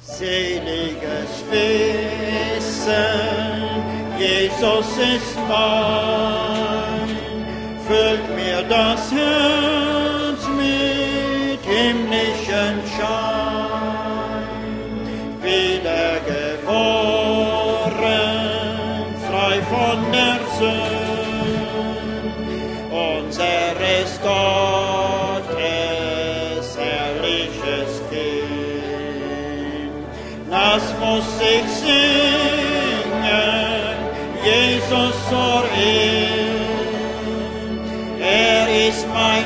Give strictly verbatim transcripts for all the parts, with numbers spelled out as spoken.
Seliges Wissen, Jesus ist mein, füllt mir das Herz mit himmlischen Schein, wiedergeboren, frei von der Sünde, unseres Gottes herrliches Kind. Das muss ich singen, Jesus zur Ehr. Er ist mein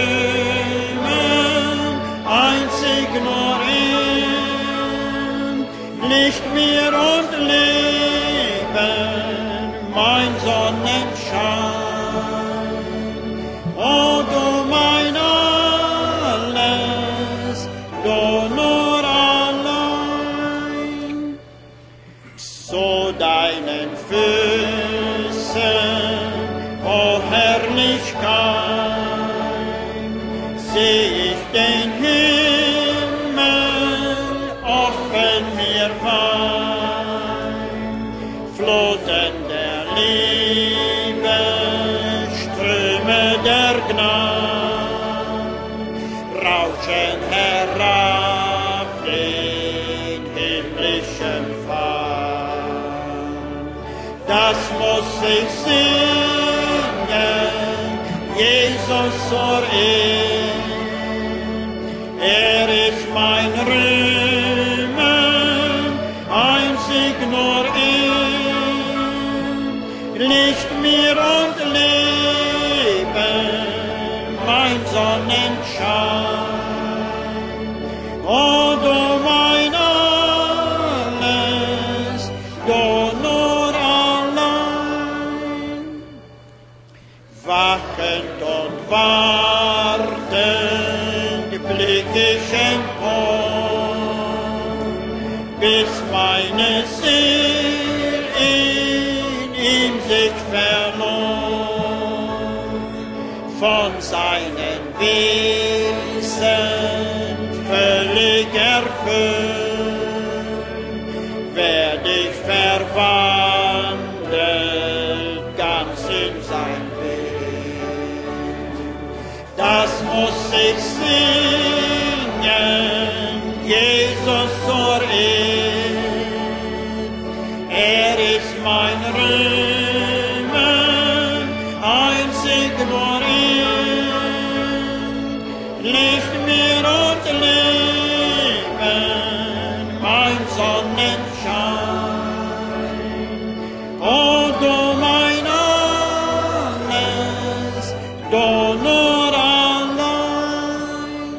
Rühmen, einzig nur er. Licht mir und Leben, mein Sonnenschein. O du mein Alles, du nur allein. So deinen Füßen, o Herrlichkeit, seh ich den Himmel offen mir weit. Fluten der Liebe, Ströme der Gnade, rauschen herab den himmlischen Pfad. Das muss ich singen, Jesus zur Ehr. Er ist mein Rühmen, einzig nur er. Licht mir und Leben, mein Sonnenschein. O du mein Alles, du nur allein. Wachend und wartend blick ich empor, bis meine Seele in ihm sich verlor. Von seinen Wesen völlig erfüllt, werd ich verwandelt ganz in sein Bild. Das muss ich singen, Jesus zur Ehr. Er ist mein Rühmen, einzig nur er. Licht mir und Leben, mein Sonnenschein. O du mein Alles, du nur allein.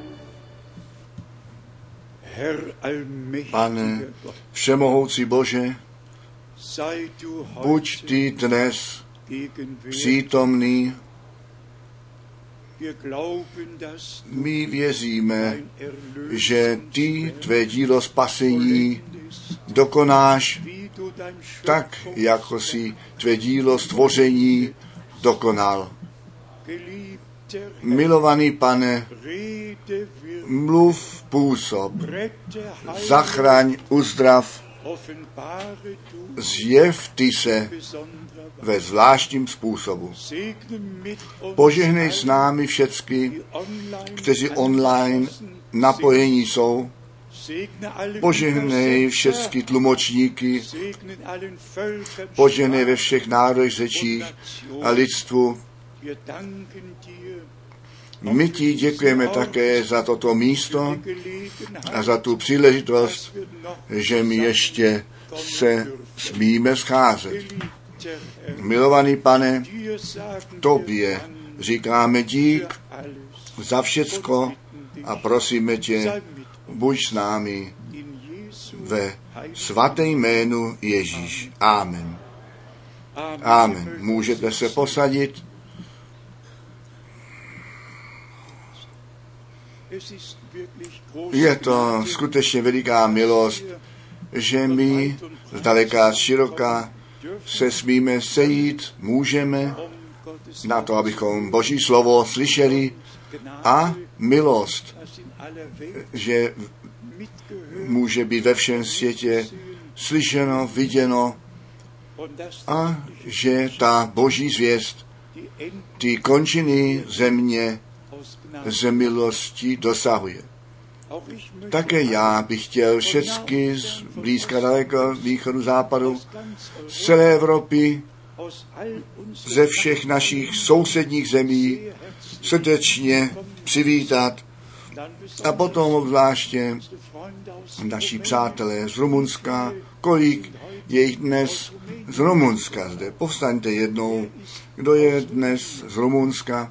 Herr allmächtiger Pane Gott, všemohoucí Bože, sei du buď ty heute dnes gegenwärtig. přítomný. Wir glauben, dass du My věříme, ein Erlösungswerk že ty tvé dílo spasení dokonáš wie du dein tak, jako si tvé dílo stvoření dokonal. geliebter Herr, Milovaný Pane, rede wir, mluv, působ, rette, heile, zachraň, uzdrav, offenbare du zjev ty se besonderer ve zvláštním způsobu. Segne mit uns Požehnej s allen, námi všecky, die online kteří online angeschlossen napojení jsou. Segne alle Požehnej Übersetzer, všechny tlumočníky, segne allen Völkern, požehnej ve všech národech, řečích a lidstvu. Wir danken dir My ti děkujeme také za toto místo a za tu příležitost, že my ještě se smíme scházet. Milovaný Pane, tobě říkáme dík za všecko a prosíme tě, buď s námi ve svatém jménu Ježíš. Amen. Amen. Můžete se posadit. Je to skutečně veliká milost, že my zdaleka široka se smíme sejít, můžeme na to, abychom Boží slovo slyšeli a milost, že může být ve všem světě slyšeno, viděno a že ta boží zvěst ty končiny země z milosti dosahuje. Také já bych chtěl všechny z blízka, daleko, východu, západu, z celé Evropy, ze všech našich sousedních zemí srdečně přivítat a potom obzvláště naši přátelé z Rumunska, kolik je jich dnes z Rumunska zde. Povstaňte jednou, kdo je dnes z Rumunska.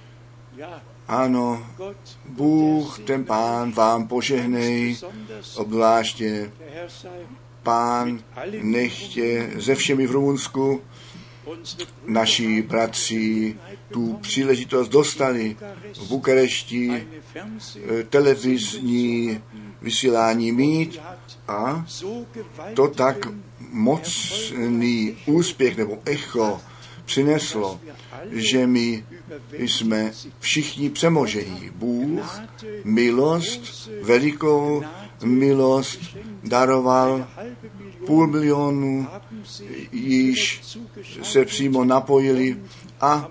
Ano, Bůh, ten Pán vám požehnej, obzvláště Pán nechtě ze všemi v Rumunsku naši bratři tu příležitost dostali v Bukarešti televizní vysílání mít a to tak mocný úspěch nebo echo přineslo, že my jsme všichni přemožení. Bůh milost, velikou milost daroval, půl milionu již se přímo napojili a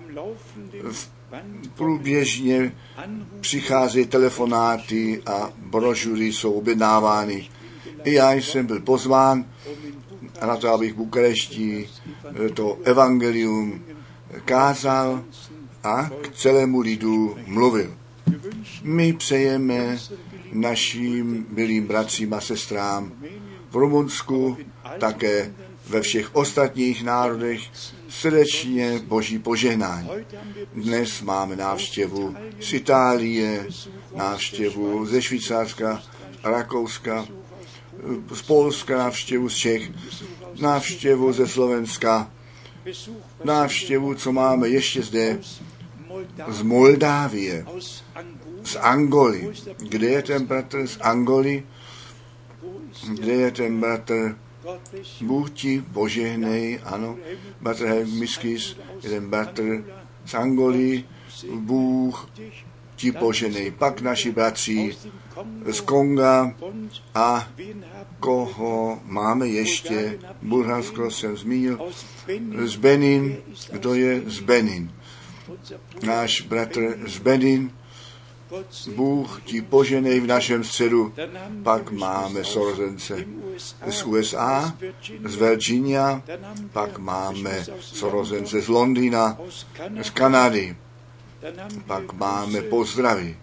průběžně přicházejí telefonáty a brožury jsou objednávány. I já jsem byl pozván na to, abych v Bukarešti to evangelium kázal a k celému lidu mluvil. My přejeme našim milým bratřím a sestrám v Rumunsku, také ve všech ostatních národech srdečně boží požehnání. Dnes máme návštěvu z Itálie, návštěvu ze Švýcarska, Rakouska, z Polska, návštěvu z Čech, návštěvu ze Slovenska, návštěvu, co máme ještě zde, z Moldávie, z Angoly. Kde je ten bratr z Angoly? Kde je ten bratr? Bůh ti požehnej, ano, bratr Helmiskis, jeden bratr z Angoly, Bůh ti požehnej. Pak naši bratři z Konga a koho máme ještě, Bulharsko jsem zmínil, z Benin, kdo je z Benin? Náš bratr z Benin, Bůh ti poženej v našem středu. Pak máme sorozence z U S A, z Virginia, pak máme sorozence z Londýna, z Kanady, pak máme pozdravy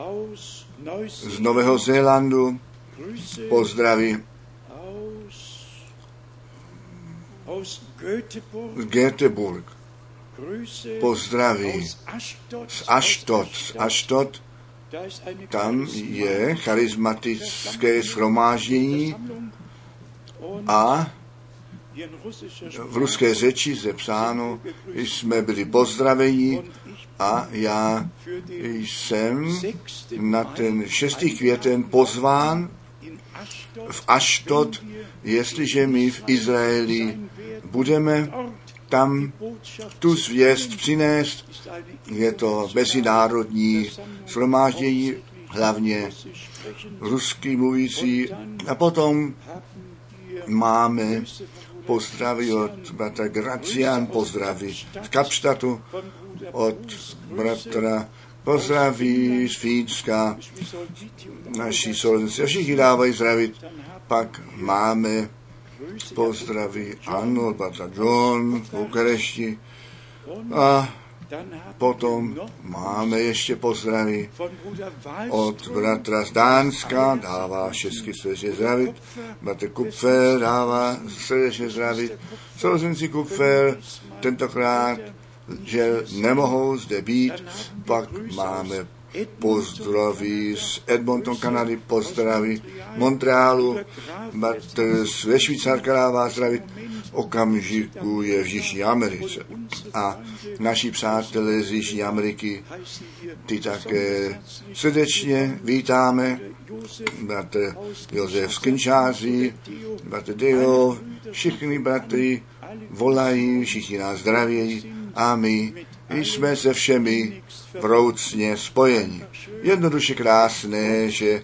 z Nového Zélandu, pozdravy z Göteborg, pozdraví z Aštot, z Aštot, tam je charismatické shromáždění a v ruské řeči zepsáno, jsme byli pozdraveni a já jsem na ten šestý květen pozván v Aštot, jestliže my v Izraeli budeme tam tu zvěst přinést. Je to mezinárodní shromáždění, hlavně ruský mluvící. A potom máme pozdravy od bratra Gracian, pozdravy z Kapštatu, od bratra pozdraví z Fínska, naši sourozenci. Všichni dávají zdravit. Pak máme pozdraví, ano, bratra John v Bukarešti. A potom máme ještě pozdraví od bratra z Dánska, dává všechny srdečně zdravit. Bratr Kupfer dává srdečně zdravit. Sourozenci Kupfer tentokrát, že nemohou zde být. Pak máme pozdraví z Edmonton, Kanady, pozdraví Montrealu, bratr ze Švýcarska dává zdravit, okamžiku je v Jižní Americe. A naši přátelé z Jižní Ameriky, ty také srdečně vítáme, bratr Josef z Kinshásy, bratr Dio, všichni bratry volají, všichni nás zdravějí a my jsme se všemi vroucně spojeni. Jednoduše krásné, že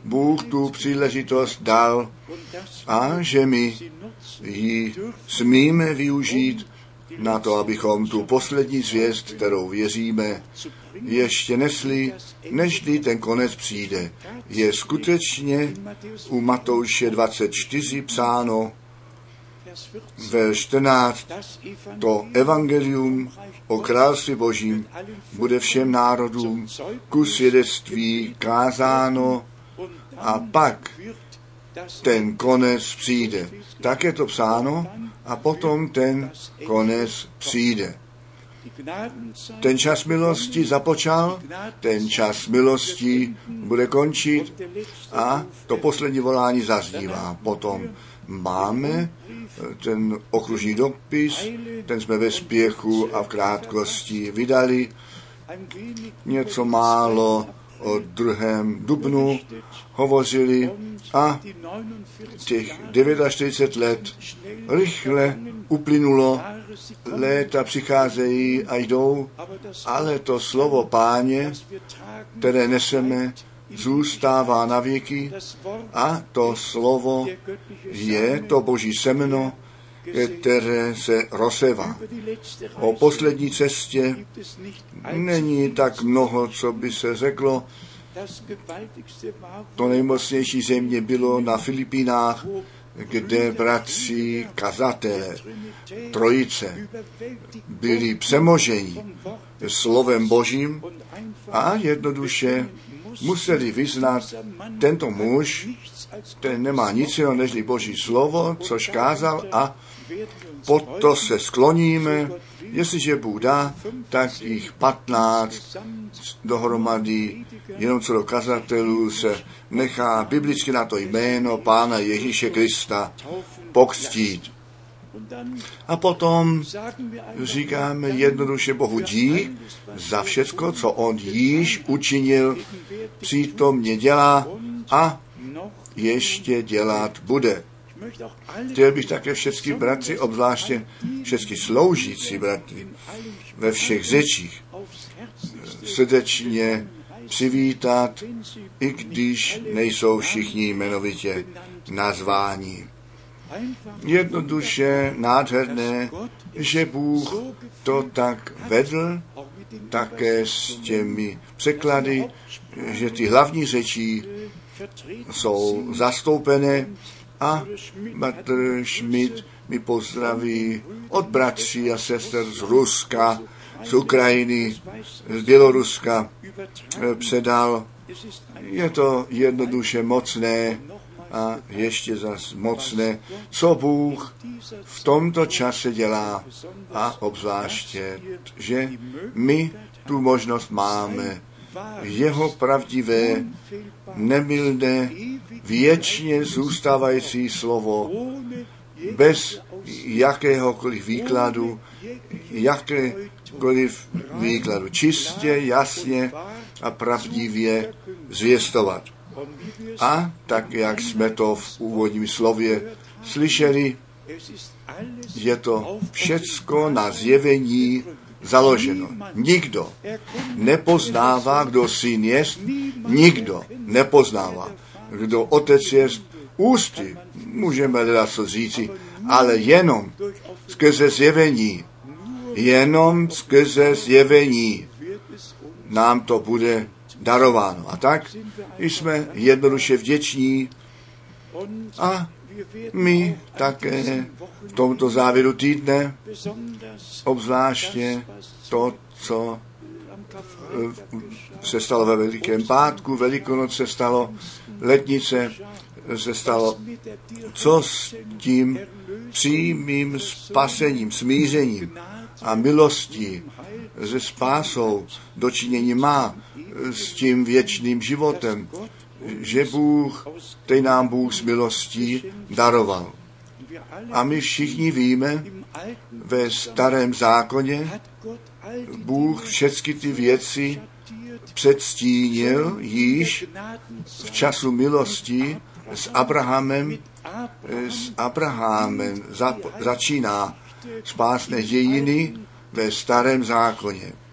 Bůh tu příležitost dal a že my ji smíme využít na to, abychom tu poslední zvěst, kterou věříme, ještě nesli, nežli ten konec přijde. Je skutečně u Matouše dvacet čtyři psáno ve čtrnáct, to evangelium o království Božím bude všem národům ku svědectví kázáno a pak ten konec přijde. Tak je to psáno a potom ten konec přijde. Ten čas milosti započal, ten čas milosti bude končit a to poslední volání zaznívá. Potom máme ten okružní dopis, ten jsme ve spěchu a v krátkosti vydali. Něco málo o druhém dubnu hovořili a těch čtyřicet devět let rychle uplynulo, léta přicházejí a jdou, ale to slovo Páně, které neseme, zůstává na věky a to slovo je to Boží semeno, které se rozsévá. O poslední cestě není tak mnoho, co by se řeklo. To nejmocnější země bylo na Filipínách, kde bratři kazatelé, trojice, byli přemoženi slovem Božím a jednoduše museli vyznat, tento muž, ten nemá nic jiného nežli Boží slovo, což kázal a pod to se skloníme, jestliže Bůh dá, tak jich patnáct dohromady, jenom co do kazatelů se nechá biblicky na to jméno Pána Ježíše Krista pokřtít. A potom říkáme jednoduše Bohu dík za všecko, co on již učinil, přítomně dělá a ještě dělat bude. Chtěl bych také všechny bratři, obzvláště všechny sloužící bratři ve všech řečích srdečně přivítat, i když nejsou všichni jmenovitě nazváni. Jednoduše nádherné, že Bůh to tak vedl, také s těmi překlady, že ty hlavní řeči jsou zastoupené a Bratr Schmidt mi pozdraví od bratří a sester z Ruska, z Ukrajiny, z Běloruska předal. Je to jednoduše mocné a ještě zas mocné, co Bůh v tomto čase dělá a obzvláště, že my tu možnost máme jeho pravdivé, nemilné, věčně zůstávající slovo, bez jakéhokoliv výkladu, jakékoliv výkladu, čistě, jasně a pravdivě zvěstovat. A tak, jak jsme to v úvodním slově slyšeli, je to všecko na zjevení založeno. Nikdo nepoznává, kdo syn jest, nikdo nepoznává, kdo otec jest, ústy, můžeme teda co říci, ale jenom skrze zjevení, jenom skrze zjevení nám to bude darováno. A tak jsme jednoduše vděční a my také v tomto závěru týdne, obzvláště to, co se stalo ve Velikém pátku, Velikonoc se stalo, letnice se stalo, co s tím přímým spasením, smířením a milostí se spásou dočinění má, s tím věčným životem, že Bůh, který nám Bůh s milostí daroval. A my všichni víme, ve starém zákoně Bůh všechny ty věci předstínil již v času milosti s Abrahamem. S Abrahamem začíná spásné dějiny ve starém zákoně.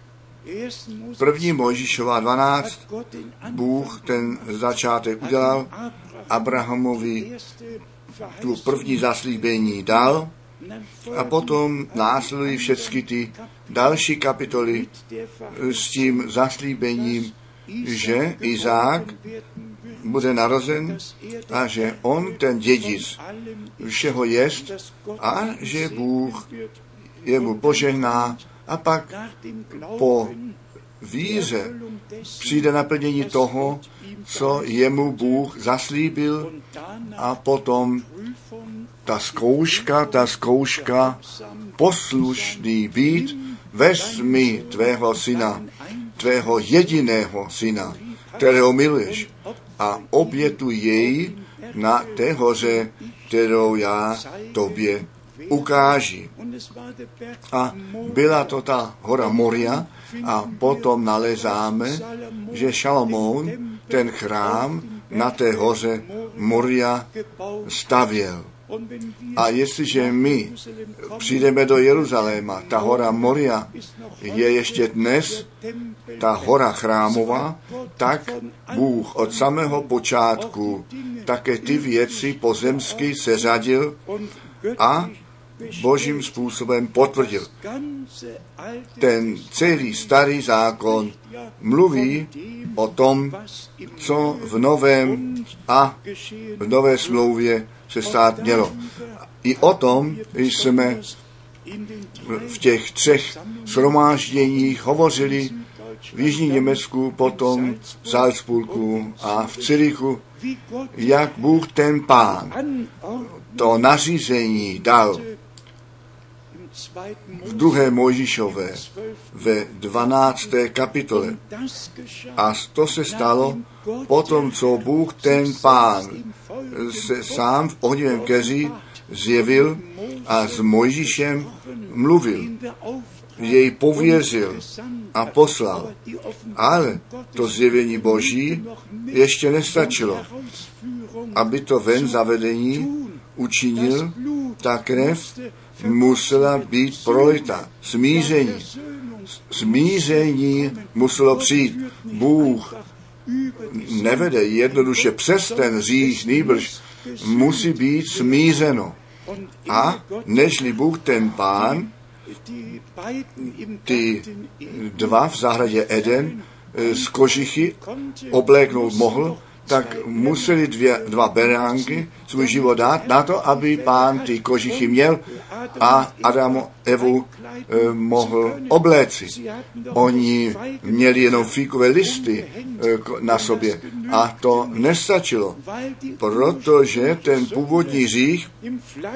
První Mojžíšova dvanáct, Bůh ten začátek udělal, Abrahamovi tu první zaslíbení dal a potom následují všechny ty další kapitoly s tím zaslíbením, že Izák bude narozen a že on ten dědic všeho jest a že Bůh jemu požehná a pak po víře přijde naplnění toho, co jemu Bůh zaslíbil a potom ta zkouška, ta zkouška poslušný být, vezmi tvého syna, tvého jediného syna, kterého miluješ a obětuj jej na té hoře, kterou já tobě ukáži. A byla to ta hora Moria a potom nalezáme, že Šalomoun ten chrám na té hoře Moria stavěl. A jestliže my přijdeme do Jeruzaléma, ta hora Moria je ještě dnes ta hora chrámová, tak Bůh od samého počátku také ty věci pozemsky seřadil a božím způsobem potvrdil. Ten celý starý zákon mluví o tom, co v novém a v nové smlouvě se stát mělo. I o tom jsme v těch třech shromážděních hovořili v Jižní Německu, potom v Salzburgu a v Zürichu, jak Bůh ten Pán to nařízení dal v druhé Mojžíšové ve dvanácté kapitole. A to se stalo potom, co Bůh ten Pán se sám v ohnivém keři zjevil a s Mojžíšem mluvil. Jej pověřil a poslal. Ale to zjevení Boží ještě nestačilo. Aby to ven zavedení učinil, ta krev musela být prolita. Smíření. Smíření muselo přijít. Bůh nevede jednoduše přes ten hřích, nýbrž musí být smířeno. A nežli Bůh ten Pán, ty dva v zahradě Eden z kožichy obléknout mohl, tak museli dvě, dva beránky svůj život dát na to, aby Pán ty kožichy měl a Adamu Evu e, mohl obléci. Oni měli jenom fíkové listy e, na sobě a to nestačilo, protože ten původní hřích e,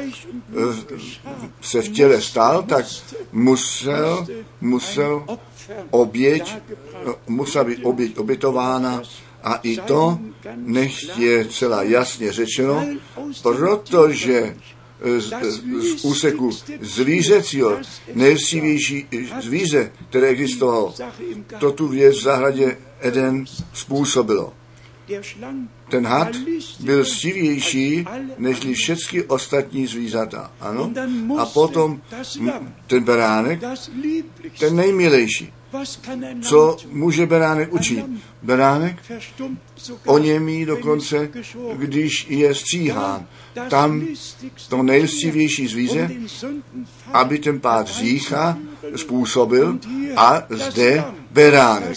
se v těle stal, tak musel, musel oběť, musela být oběť obětována. A i to nech je celá jasně řečeno, protože z, z úseku zvířecího, nejsilnější zvíře, které existovalo, to tu věc v zahradě Eden způsobilo. Ten had byl stivější nežli všechny ostatní zvířata. Ano? A potom ten beránek, ten nejmilejší. Co může beránek učinit? Beránek o němí dokonce, když je stříhán. Tam to nejlstivější zvíře, aby ten pád hřícha způsobil a zde beránek.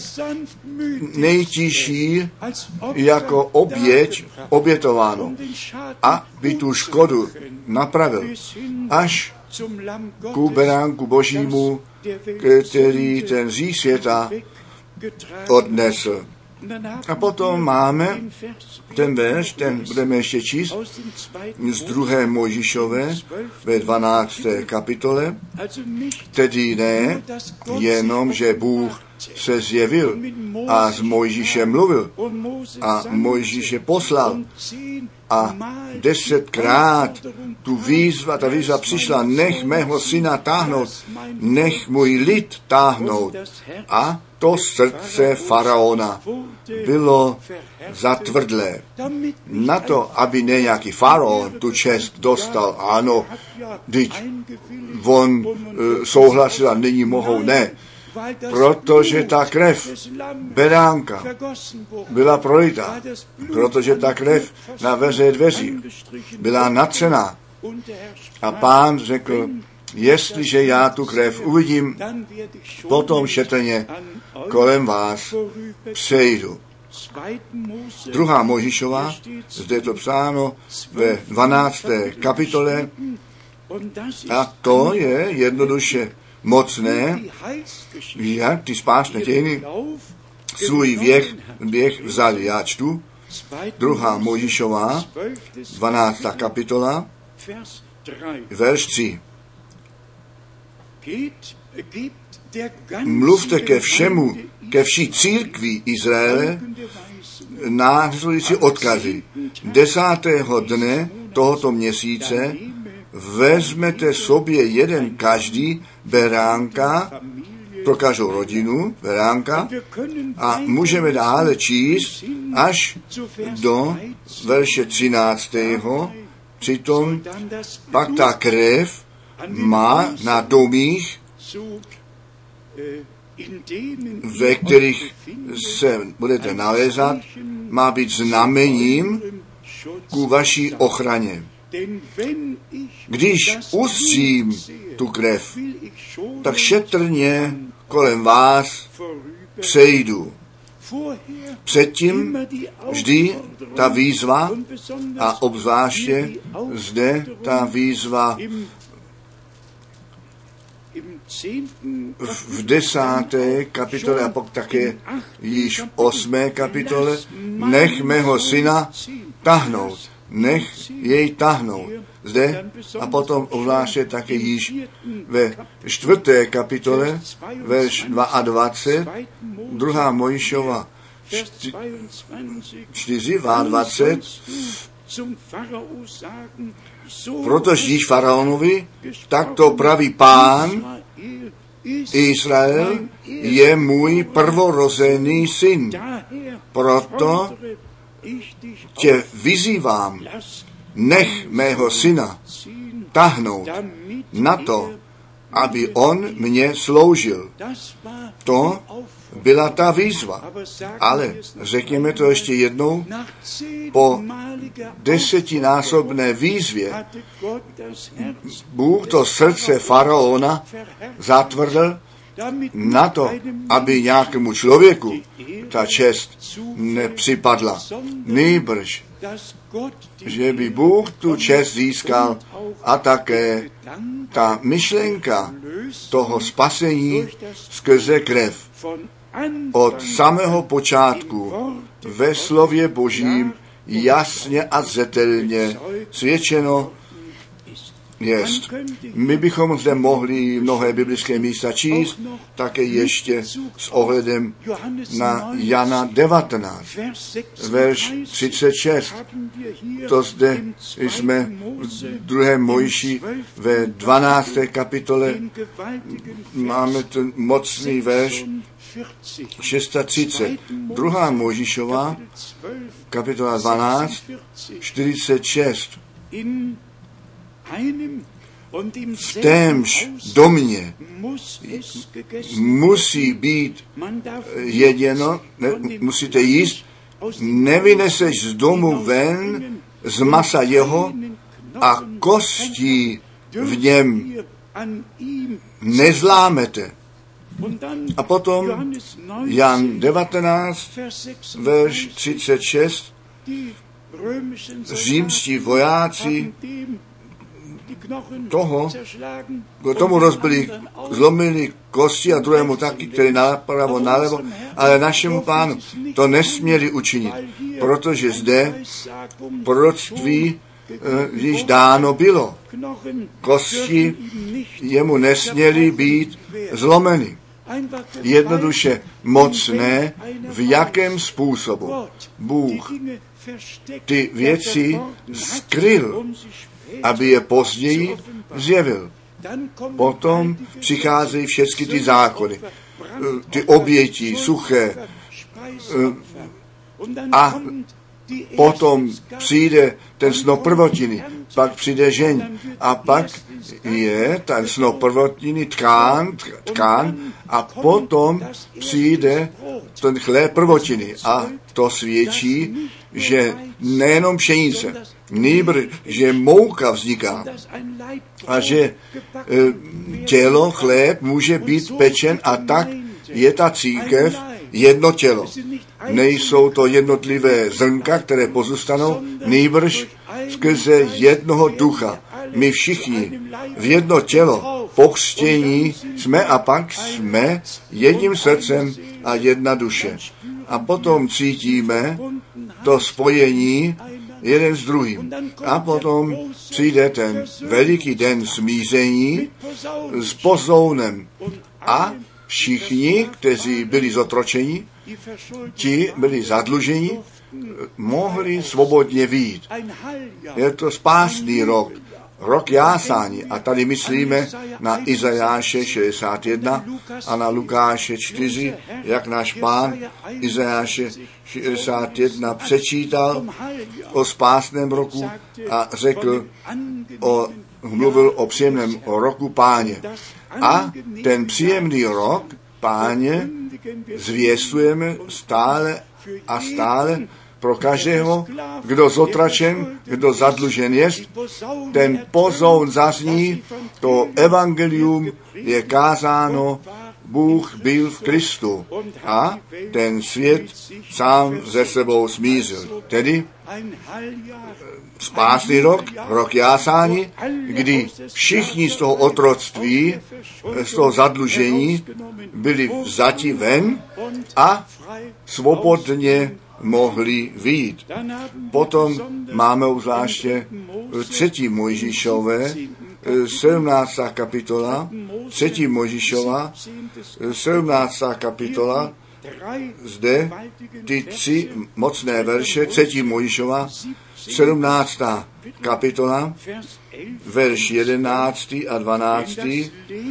Nejtižší jako oběť obětováno. Aby tu škodu napravil. Až ku beránku božímu, který ten hřích světa odnesl. A potom máme ten verš, ten budeme ještě číst z druhé Mojžíšové ve dvanácté kapitole, tedy ne jenom, že Bůh se zjevil a s Mojžíšem mluvil a Mojžíše poslal a desetkrát tu výzva, ta výzva přišla, nech mého syna táhnout, nech můj lid táhnout. A to srdce faraona bylo zatvrdlé. Na to, aby nějaký faraon tu čest dostal, ano, teď on uh, souhlasil a nyní mohou, ne. protože ta krev beránka byla prolita, protože ta krev na veře dveří byla natřená. A Pán řekl, jestliže já tu krev uvidím, potom šetrně kolem vás přejdu. Druhá Mojžíšova, zde je to psáno ve dvanácté kapitole, a to je jednoduše mocné, jak ty spásné dějiny svůj věk, běh vzali. Já čtu, druhá Mojžíšova, dvanáctá kapitola, verš tři. Mluvte ke všemu, ke vší církvi Izraele následující odkazy. Desátého dne tohoto měsíce vezmete sobě jeden každý beránka pro každou rodinu, beránka, a můžeme dále číst až do verše třináctého. Přitom pak ta krev má na domích, ve kterých se budete nalézat, má být znamením ku vaší ochraně. Když ustřím tu krev, tak šetrně kolem vás přejdu. Předtím vždy ta výzva, a obzvláště zde ta výzva v desáté kapitole a pak také již v osmé kapitole, nech mého syna tahnout, nech jej tahnout. Zde a potom obzvláště také již ve čtvrté kapitole, verš dvacet dva, druhá Mojžíšova čtyři, dvacet dva, protože již faraonovi, tak to praví Pán, Izrael je můj prvorozený syn. Proto tě vyzývám, nech mého syna tahnout na to, aby on mě sloužil. To byla ta výzva. Ale řekněme to ještě jednou, po desetinásobné výzvě Bůh to srdce faraona zatvrdl na to, aby nějakému člověku ta čest nepřipadla. Nýbrž, že by Bůh tu čest získal a také ta myšlenka toho spasení skrze krev. Od samého počátku ve slově Božím jasně a zřetelně svědčeno jest. My bychom zde mohli mnohé biblické místa číst, také ještě s ohledem na Jana devatenáct, verš třicet šest. To zde jsme v druhé Mojžíši ve dvanácté kapitole, máme ten mocný verš třicet šest. Druhá Mojžíšova, kapitola dvanáct, čtyřicet šest. V témž domě musí být jedeno, ne, musíte jíst, nevyneseš z domu ven z masa jeho a kostí v něm nezlámete. A potom Jan devatenáct, verš třicet šest, římští vojáci toho, tomu rozbili, zlomili kosti a druhému taky, který napravo, nalevo, ale našemu Pánu to nesměli učinit, protože zde proroctví e, již dáno bylo. Kosti jemu nesměly být zlomeny. Jednoduše mocné, v jakém způsobu Bůh ty věci skryl, aby je později zjevil. Potom přicházejí všechny ty zákony, ty oběti, suché, a potom přijde ten snop prvotiny, pak přijde žeň a pak je ten snop prvotiny tkán, tkán a potom přijde ten chléb prvotiny a to svědčí, že nejenom pšenice, nýbrž, že mouka vzniká a že e, tělo, chléb může být pečen a tak je ta církev jedno tělo. Nejsou to jednotlivé zrnka, které pozůstanou, nýbrž skrze jednoho ducha. My všichni v jedno tělo pokřtění jsme a pak jsme jedním srdcem a jedna duše. A potom cítíme to spojení jeden s druhým. A potom přijde ten veliký den smíření s pozounem. A všichni, kteří byli zotročeni, ti byli zadluženi, mohli svobodně vyjít. Je to spásný rok, rok jásání. A tady myslíme na Izajáše šedesát jedna a na Lukáše čtyři, jak náš pán Izajáše šedesát jedna přečítal o spásném roku a řekl, o, mluvil o příjemném roku Páně. A ten příjemný rok Páně zvěstujeme stále a stále pro každého, kdo zotračen, kdo zadlužen jest, ten pozoun zazní, to evangelium je kázáno, Bůh byl v Kristu a ten svět sám ze sebou smířil. Tedy spásný rok, rok jásání, kdy všichni z toho otroctví, z toho zadlužení byli vzati ven a svobodně mohli vyjít. Potom máme zvláště třetí Mojžíšové, sedmnáctá kapitola, třetí Mojžíšova, sedmnáctá kapitola, zde ty tři mocné verše, třetí Mojžíšova, sedmnáctá kapitola, verš jedenáctý a dvanáctý,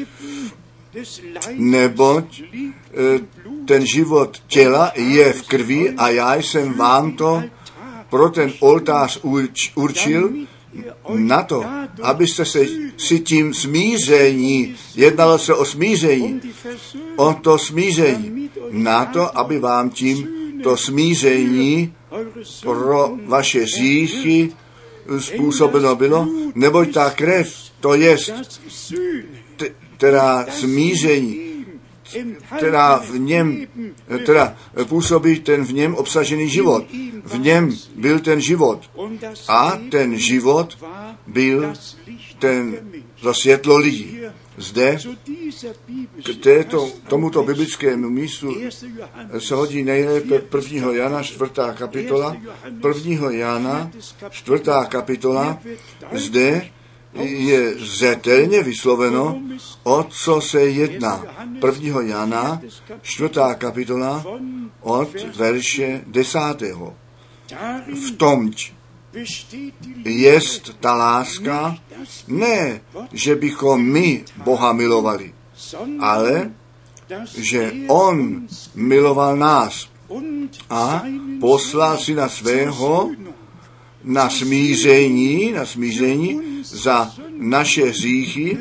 neboť ten život těla je v krvi a já jsem vám to pro ten oltář urč, určil na to, abyste se si tím smíření, jednalo se o smíření, o to smíření, na to, aby vám tím to smíření pro vaše hříchy způsobeno bylo, neboť ta krev, to jest, teda smíření, která v něm, teda působí ten v něm obsažený život. V něm byl ten život. A ten život byl ten, to světlo lidí. Zde k této, tomuto biblickému místu se hodí nejlépe prvního Jana, čtvrtá kapitola. prvního Jana, čtvrtá kapitola. Zde je zřetelně vysloveno, o co se jedná. prvního Jana, čtvrtá kapitola, od verše desátého. V tomť jest ta láska, ne, že bychom my Boha milovali, ale že On miloval nás a poslal Syna svého na smíření, na smíření za naše hříchy,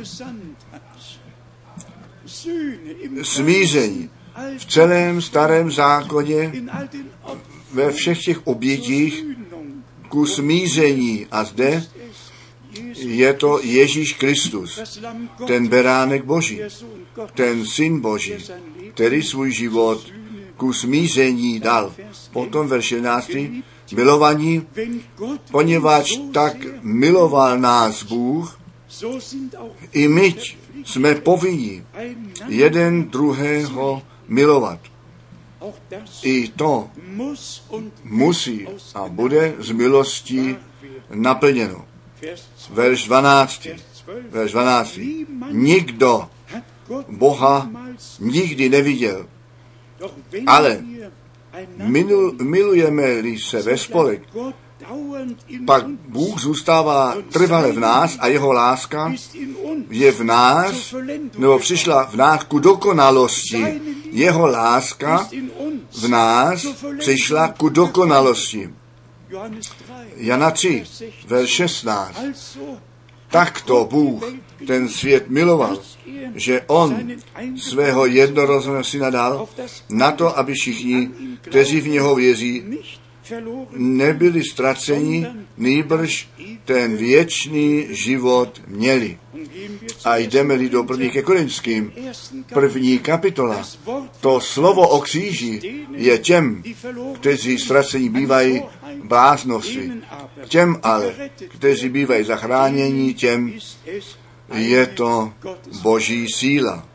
smíření v celém starém zákoně, ve všech těch obětích ku smíření. A zde je to Ježíš Kristus, ten beránek Boží, ten Syn Boží, který svůj život ku smíření dal. Potom verš jedenáctý. Milovaní, poněvadž tak miloval nás Bůh, i my jsme povinni jeden druhého milovat. I to musí a bude z milostí naplněno. Verš dvanáctý. Verš dvanáctý. Nikdo Boha nikdy neviděl, ale Milu, milujeme-li se ve spolek, pak Bůh zůstává trvale v nás a jeho láska je v nás, nebo přišla v nás ku dokonalosti. Jeho láska v nás přišla ku dokonalosti. Jana tři, verš šestnáct. Takto Bůh ten svět miloval, že on svého jednorozeného syna dal na to, aby všichni, kteří v něho věří, nebyli ztraceni, nýbrž ten věčný život měli. A jdeme-li do první ke Korinským, první kapitola. To slovo o kříži je těm, kteří ztraceni bývají bláznovství. Těm ale, kteří bývají zachráněni, těm je to Boží síla.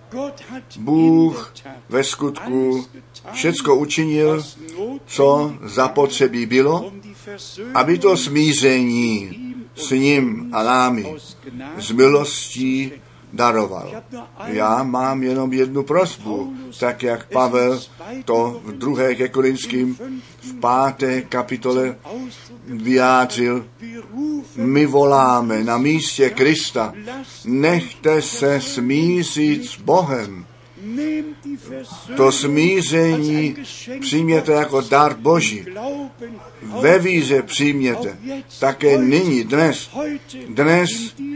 Bůh ve skutku všecko učinil, co zapotřebí bylo, aby to smíření s ním a námi z milostí daroval. Já mám jenom jednu prosbu, tak jak Pavel to v druhé ke Korinským v páté kapitole vyjádřil. My voláme na místě Krista, nechte se smířit s Bohem. To smíření přijměte jako dar Boží. Ve víře přijměte. Také nyní, dnes, dnes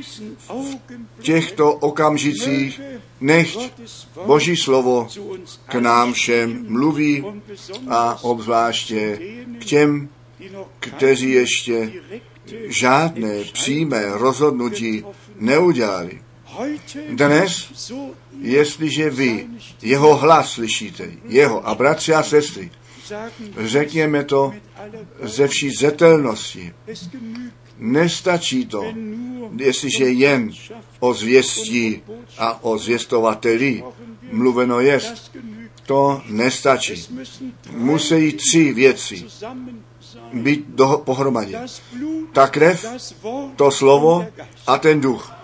v těchto okamžicích, nechť Boží slovo k nám všem mluví a obzvláště k těm, kteří ještě žádné přímé rozhodnutí neudělali. Dnes, jestliže vy jeho hlas slyšíte, jeho a bratři a sestry, řekněme to ze vší zřetelnosti. Nestačí to, jestliže jen o zvěstí a o zvěstovateli mluveno jest. To nestačí. Musí tři věci být do, pohromadě. Ta krev, to slovo a ten duch.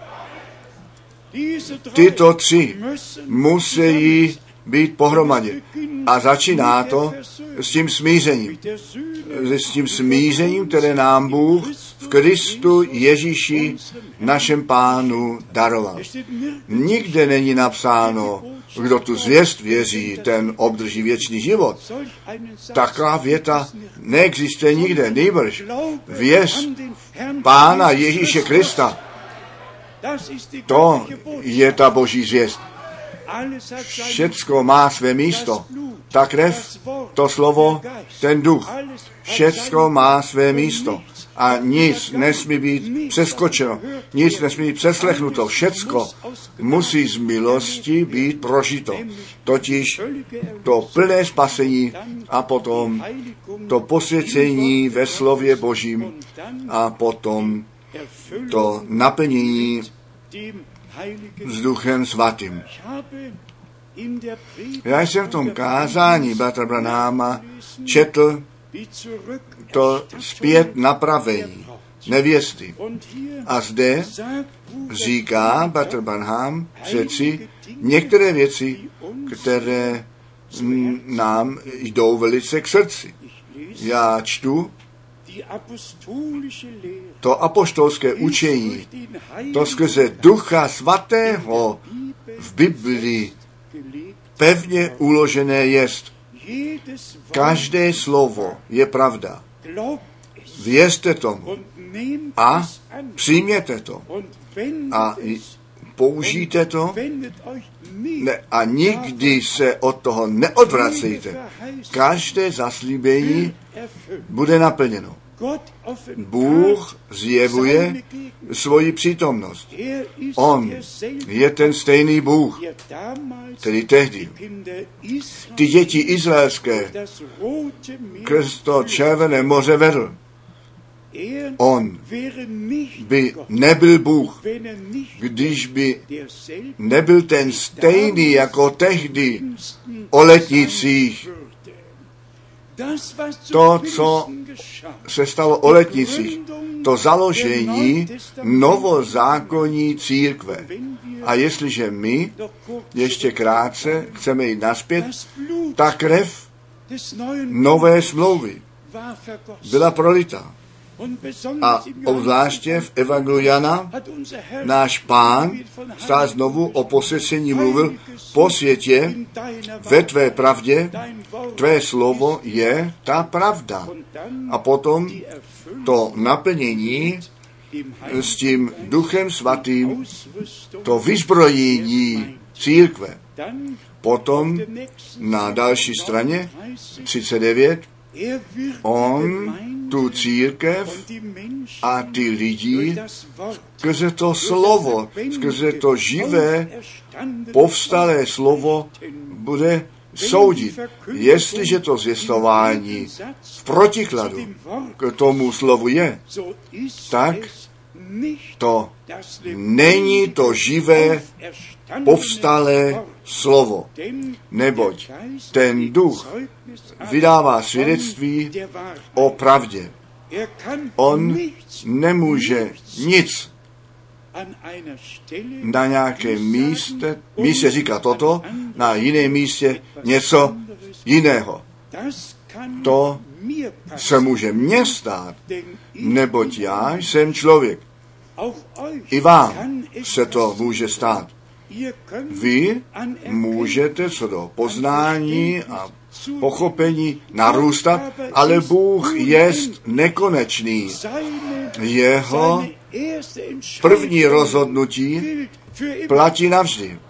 Tyto tři musí být pohromadě. A začíná to s tím smířením. S tím smířením, které nám Bůh v Kristu Ježíši, našem Pánu, daroval. Nikde není napsáno, kdo tu zvěst věří, ten obdrží věčný život. Taková věta neexistuje nikde, nýbrž věř Pána Ježíše Krista. To je ta Boží zvěst. Všecko má své místo. Ta krev, to slovo, ten duch. Všecko má své místo. A nic nesmí být přeskočeno. Nic nesmí být přeslechnuto. Všecko musí z milosti být prožito. Totiž to plné spasení a potom to posvěcení ve slově Božím a potom to naplnění s Duchem Svatým. Já jsem v tom kázání bratra Branhama četl to zpět napravení nevěsty. A zde říká bratr Branham přeci některé věci, které nám jdou velice k srdci. Já čtu to apoštolské učení, to skrze Ducha Svatého v Biblii pevně uložené jest. Každé slovo je pravda. Věřte tomu a přijměte to a použijte to ne, a nikdy se od toho neodvracejte. Každé zaslíbení bude naplněno. Bůh zjevuje svoji přítomnost. On je ten stejný Bůh, který tehdy ty děti izraelské přes to červené moře vedl. On by nebyl Bůh, když by nebyl ten stejný jako tehdy o letnicích. To, co se stalo o letnicích, to založení novozákonní církve. A jestliže my ještě krátce chceme jít naspět, ta krev nové smlouvy byla prolita. A obzvláště v Evangeliu Jana náš Pán stále znovu o posvěcení mluvil: posvětě ve tvé pravdě, tvé slovo je ta pravda. A potom to naplnění s tím Duchem Svatým, to vyzbrojení církve. Potom na další straně třicet devět on tu církev a ty lidi skrze to slovo, skrze to živé, povstalé slovo bude soudit. Jestliže to zvěstování v protikladu k tomu slovu je, tak to není to živé, povstalé slovo. Neboť ten duch vydává svědectví o pravdě. On nemůže nic na nějakém místě, místě říká toto, na jiném místě něco jiného. To se může mně stát, neboť já jsem člověk. I vám se to může stát. Vy můžete co do poznání a pochopení narůstat, ale Bůh jest nekonečný. Jeho první rozhodnutí platí navždy.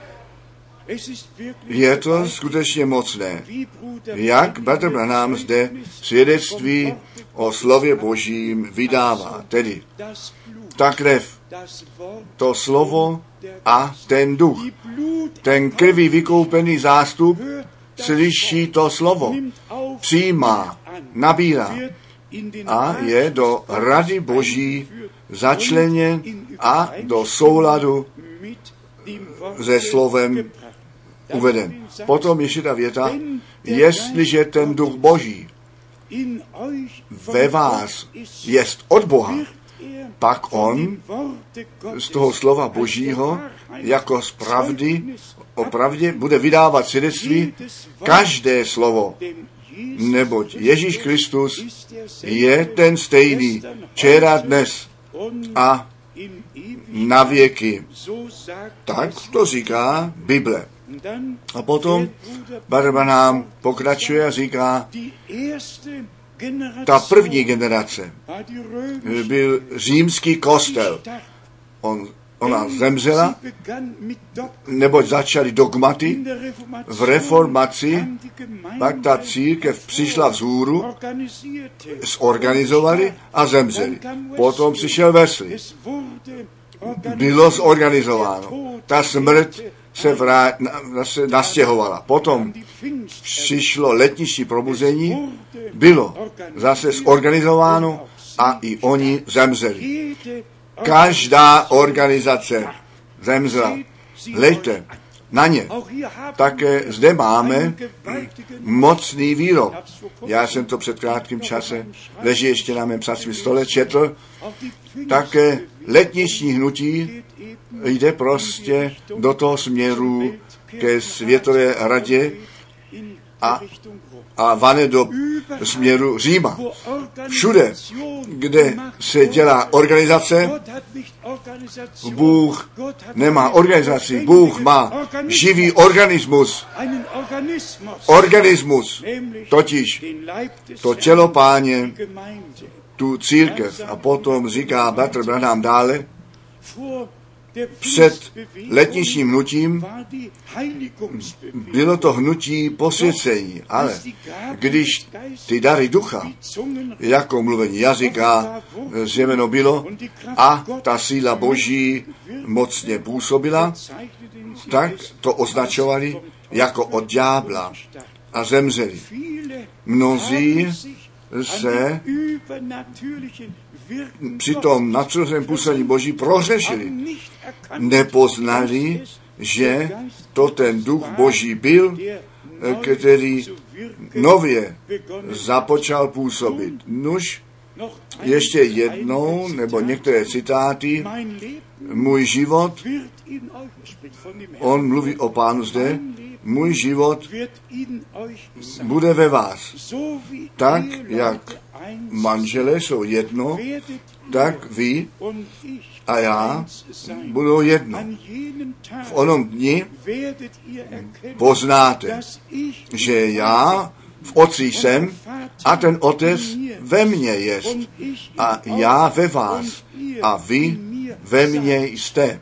Je to skutečně mocné. Jak bratr Branham zde svědectví o slově Božím vydává. Tedy ta krev, to slovo a ten duch. Ten krví vykoupený zástup slyší to slovo, přijímá, nabírá a je do rady Boží začleněn a do souladu se slovem uveden. Potom ještě ta věta: jestliže ten duch Boží ve vás jest od Boha, pak on z toho slova Božího jako z pravdy o pravdě bude vydávat svědectví každé slovo. Neboť Ježíš Kristus je ten stejný včera, dnes a na věky. Tak to říká Bible. A potom Bratr nám pokračuje a říká, ta první generace byl římský kostel. On, ona zemřela, neboť začaly dogmaty. V reformaci pak ta církev přišla vzhůru, zorganizovali a zemřeli. Potom přišel Wesley. Bylo zorganizováno. Ta smrt se, vrát, se nastěhovala. Potom přišlo letniční probuzení, bylo zase zorganizováno a i oni zemřeli. Každá organizace zemřela. Lejte na ně. Také zde máme mocný výrok. Já jsem to před krátkým časem, leží ještě na mém psacím stole, četl. Také letniční hnutí jde prostě do toho směru ke Světové radě a, a vane do směru Říma. Všude, kde se dělá organizace, Bůh nemá organizaci, Bůh má živý organismus. Organismus, totiž to tělo Páně, tu církev. A potom říká bratr Branham dále, před letničním hnutím bylo to hnutí posvěcení, ale když ty dary ducha, jako mluvení jazyka, zjeveno bylo a ta síla Boží mocně působila, tak to označovali jako od ďábla a zemřeli. Mnozí se při tom nadpřirozeném působení Boží prohřešili. Nepoznali, že to ten duch Boží byl, který nově započal působit. Nuž, ještě jednou, nebo některé citáty, můj život, on mluví o Pánu zde, můj život bude ve vás. Tak, jak manželé jsou jedno, tak vy a já budou jedno. V onom dni poznáte, že já v Otci jsem a ten Otec ve mně jest a já ve vás a vy ve mně jste.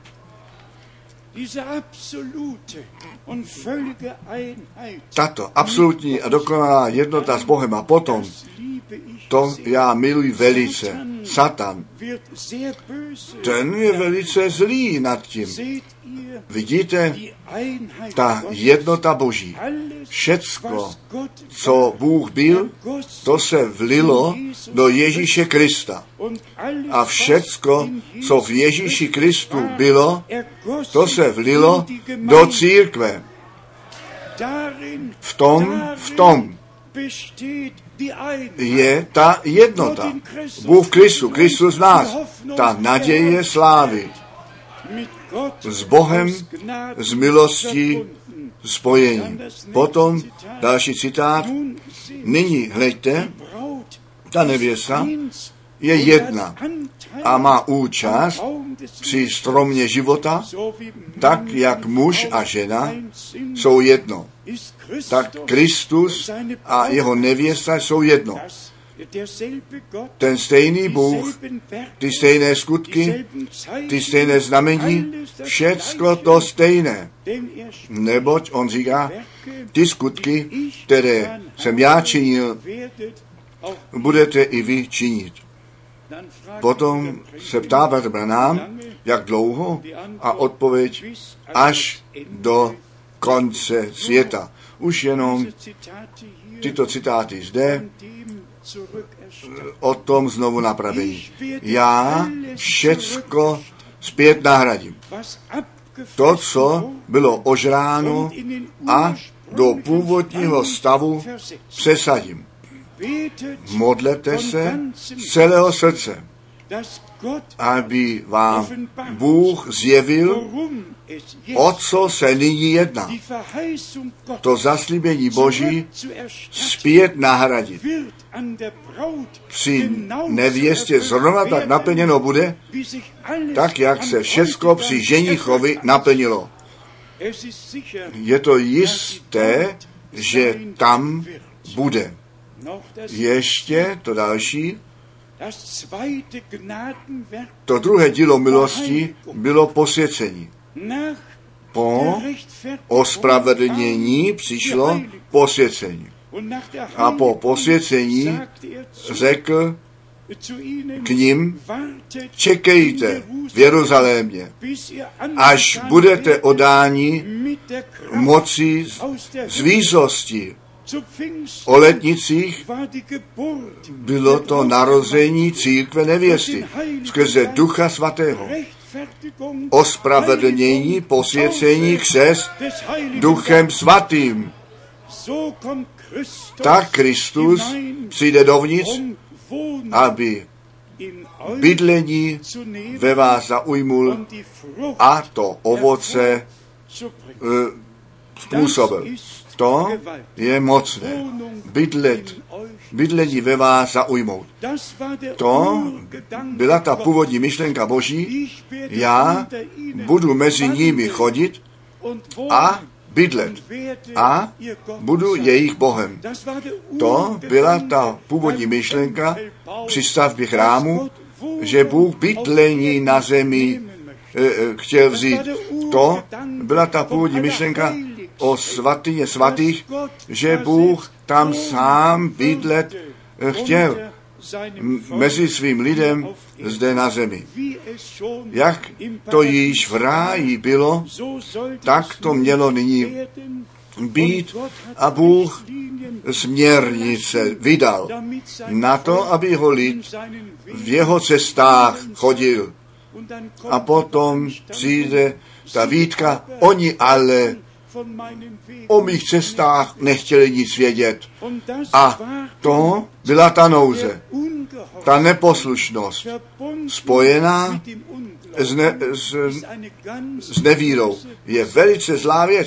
Tato absolutní a dokonalá jednota s Bohem a potom, to já miluji velice. Satan, ten je velice zlý nad tím. Vidíte, ta jednota Boží, všecko, co Bůh byl, to se vlilo do Ježíše Krista. A všecko, co v Ježíši Kristu bylo, to se vlilo do církve. V tom, v tom je ta jednota. Bůh v Kristu, Kristus v nás, ta naděje slávy. S Bohem, s milostí spojení. Potom další citát. Nyní hleďte, ta nevěsta je jedna a má účast při stromě života, tak jak muž a žena jsou jedno. Tak Kristus a jeho nevěsta jsou jedno. Ten stejný Bůh, ty stejné skutky, ty stejné znamení, všecko to stejné. Neboť on říká, ty skutky, které jsem já činil, budete i vy činit. Potom se ptá bratr Branham, jak dlouho, a odpověď až do konce světa. Už jenom tyto citáty zde o tom znovu napravení. Já všecko zpět nahradím. To, co bylo ožráno, a do původního stavu přesadím. Modlete se z celého srdce, aby vám Bůh zjevil, o co se nyní jedná. To zaslíbení Boží zpět nahradit. Při nevěstě zrovna tak naplněno bude, tak jak se všecko při ženichovi naplnilo. Je to jisté, že tam bude. Ještě to další, to druhé dílo milosti bylo posvěcení. Po ospravedlnění přišlo posvěcení. A po posvěcení řekl k ním, čekejte v Jeruzalémě, až budete odáni moci z výsosti. O letnicích bylo to narození církve nevěsty skrze Ducha Svatého. Ospravedlnění, posvěcení, křest Duchem Svatým. Tak Kristus přijde dovnitř, aby bydlení ve vás zaujmul a to ovoce uh, způsobil. To je mocné. Bydlet, bydlení ve vás zaujmout. To byla ta původní myšlenka Boží. Já budu mezi nimi chodit a bydlet. A budu jejich Bohem. To byla ta původní myšlenka při stavbě chrámu, že Bůh bydlení na zemi e, chtěl vzít. To byla ta původní myšlenka o svatyně svatých, že Bůh tam sám bydlet chtěl mezi svým lidem zde na zemi. Jak to již v ráji bylo, tak to mělo nyní být a Bůh směrnice vydal na to, aby jeho lid v jeho cestách chodil. A potom přijde ta výtka, oni ale o mých cestách nechtěli nic vědět. A to byla ta nouze, ta neposlušnost, spojená s, ne, s, s nevírou. Je velice zlá věc.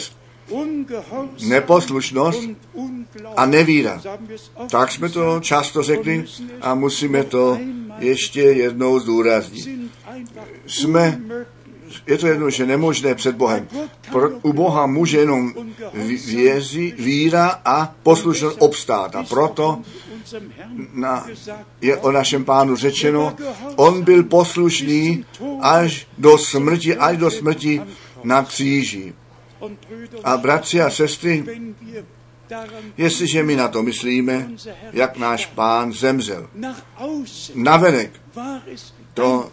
neposlušnost a nevíra. Tak jsme to často řekli a musíme to ještě jednou zdůraznit. Jsme, je to jedno, že nemožné před Bohem. Pro, u Boha může jenom vězi, víra a poslušnost obstát. A proto na, je o našem Pánu řečeno, on byl poslušný až do smrti, až do smrti na kříži. A bratři a sestry, jestliže my na to myslíme, jak náš Pán zemřel, navenek, to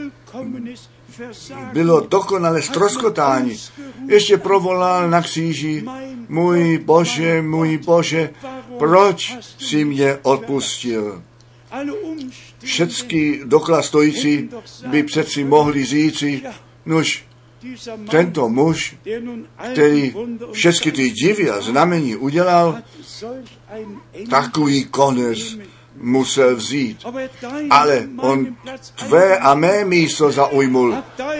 bylo dokonale ztroskotání. Ještě provolal na kříži, můj Bože, můj Bože, proč jsi mě odpustil? Všecky dokola stojící by přeci mohli říci, nuž, tento muž, který všechny ty divy a znamení udělal, takový konec musel vzít. Ale on tvé a mé místo zaujmul.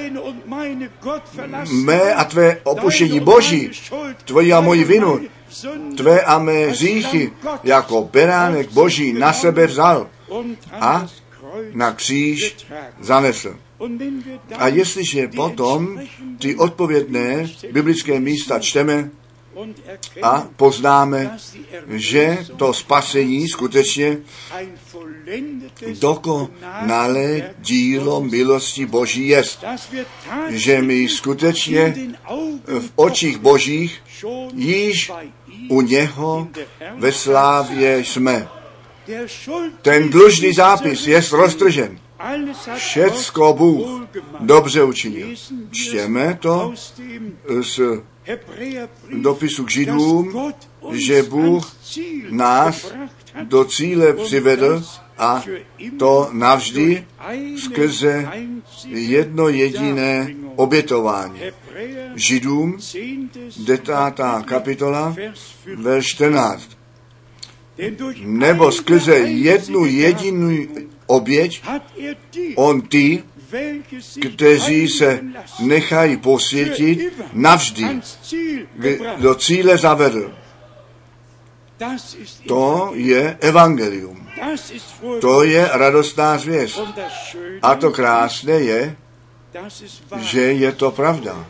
Mé a tvé opuštění Boží, tvoji a moji vinu, tvé a mé hříchy, jako beránek Boží na sebe vzal a na kříž zanesl. A jestliže potom ty odpovědné biblické místa čteme a poznáme, že to spasení skutečně dokonalé dílo milosti Boží jest, že my skutečně v očích Božích již u něho ve slávě jsme. Ten dlužný zápis je roztržen. Všecko Bůh dobře učinil. Čtěme to z dopisu k Židům, že Bůh nás do cíle přivedl a to navždy skrze jedno jediné obětování. Židům, desátá kapitola, verš čtrnáct. Nebo skrze jednu jedinou oběť on ty, kteří se nechají posvětit, navždy do cíle zavedl. To je evangelium. To je radostná zvěst. A to krásné je, že je to pravda.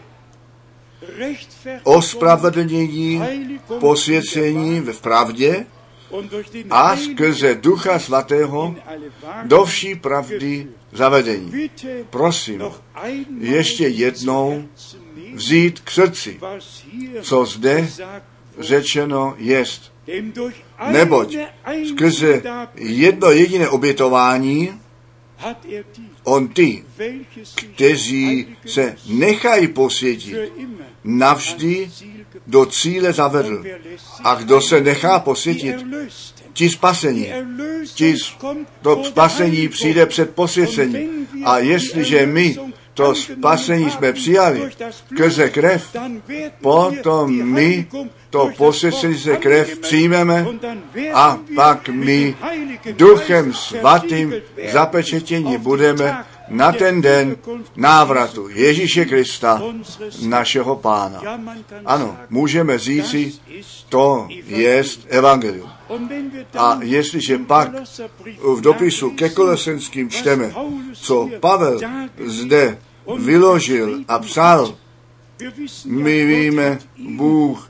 Ospravedlnění, posvěcení v pravdě a skrze Ducha Svatého do vší pravdy zavedení. Prosím, ještě jednou vzít k srdci, co zde řečeno jest. Neboť skrze jedno jediné obětování on ty, kteří se nechají posvětit, navždy do cíle zavedl. A kdo se nechá posvětit, ti spasení. Ti to spasení přijde před posvěcením. A jestliže my to spasení jsme přijali skrze krev, potom my to posvěcení se krev přijmeme a pak my Duchem Svatým zapečetění budeme na ten den návratu Ježíše Krista, našeho Pána. Ano, můžeme říci, to jest evangelium. A jestliže pak v dopisu ke Kolosenským čteme, co Pavel zde vyložil a psal, my víme, Bůh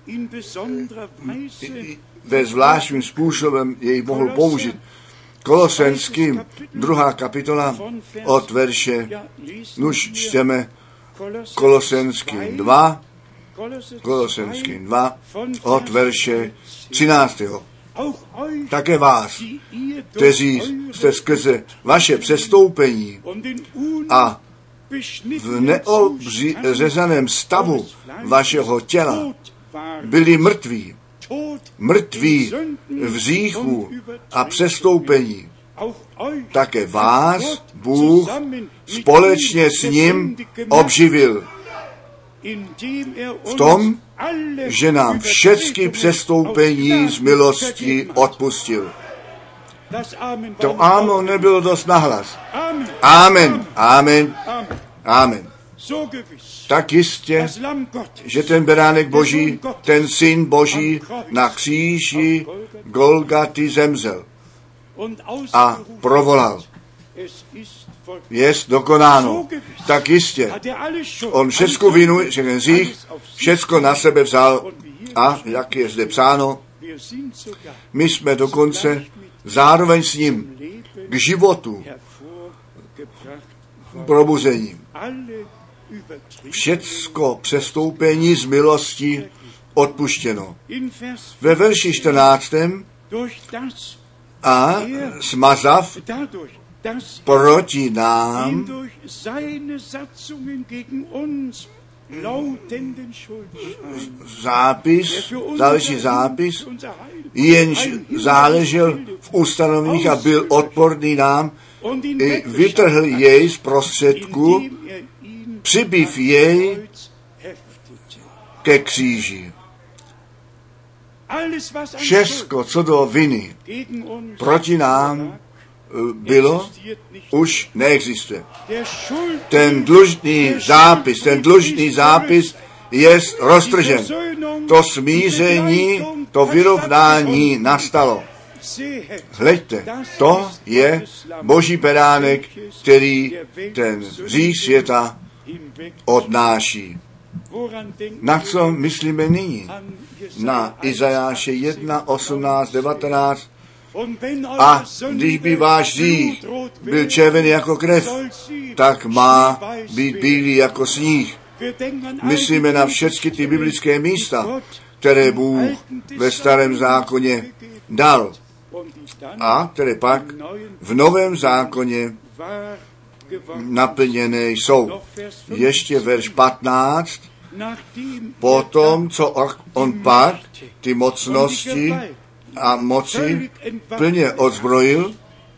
ve zvláštním způsobem jej mohl použít. Kolosenským, druhá kapitola od verše, nuž čteme Kolosenským dva, Kolosenským dva, od verše třináctého. Také vás, kteří jste skrze vaše přestoupení a v neobřezaném stavu vašeho těla byli mrtví, mrtví v hříchu a přestoupení. Také vás Bůh společně s ním obživil v tom, že nám všechny přestoupení z milosti odpustil. To áno nebylo dost nahlas. Amen, amen, amen. tak jistě, že ten beránek Boží, ten syn Boží na kříži Golgaty zemřel a provolal. Jest dokonáno. Tak jistě. On všecko vinu, všechny hřích, všecko na sebe vzal a, jak je zde psáno, my jsme dokonce zároveň s ním k životu probuzením. Všecko přestoupení z milosti odpuštěno. Ve verši čtrnáctém a smazav proti nám zápis, další zápis, jenž záležel v ustanoveních a byl odporný nám, i vytrhl jej z prostředku, přibiv jej ke kříži. Všecko, co do viny proti nám bylo, už neexistuje. Ten dlužný zápis, ten dlužný zápis je roztržen. To smíření, to vyrovnání nastalo. Hleďte, to je Boží beránek, který ten hřích světa odnáší. Na co myslíme nyní? Na Izajáše jedna, osmnáct, devatenáct. A když by váš hřích byl červený jako krev, tak má být bílý jako sníh. Myslíme na všechny ty biblické místa, které Bůh ve starém zákoně dal a které pak v novém zákoně naplněné jsou. Ještě verš patnáct. Potom, co on pak ty mocnosti a moci plně odzbrojil,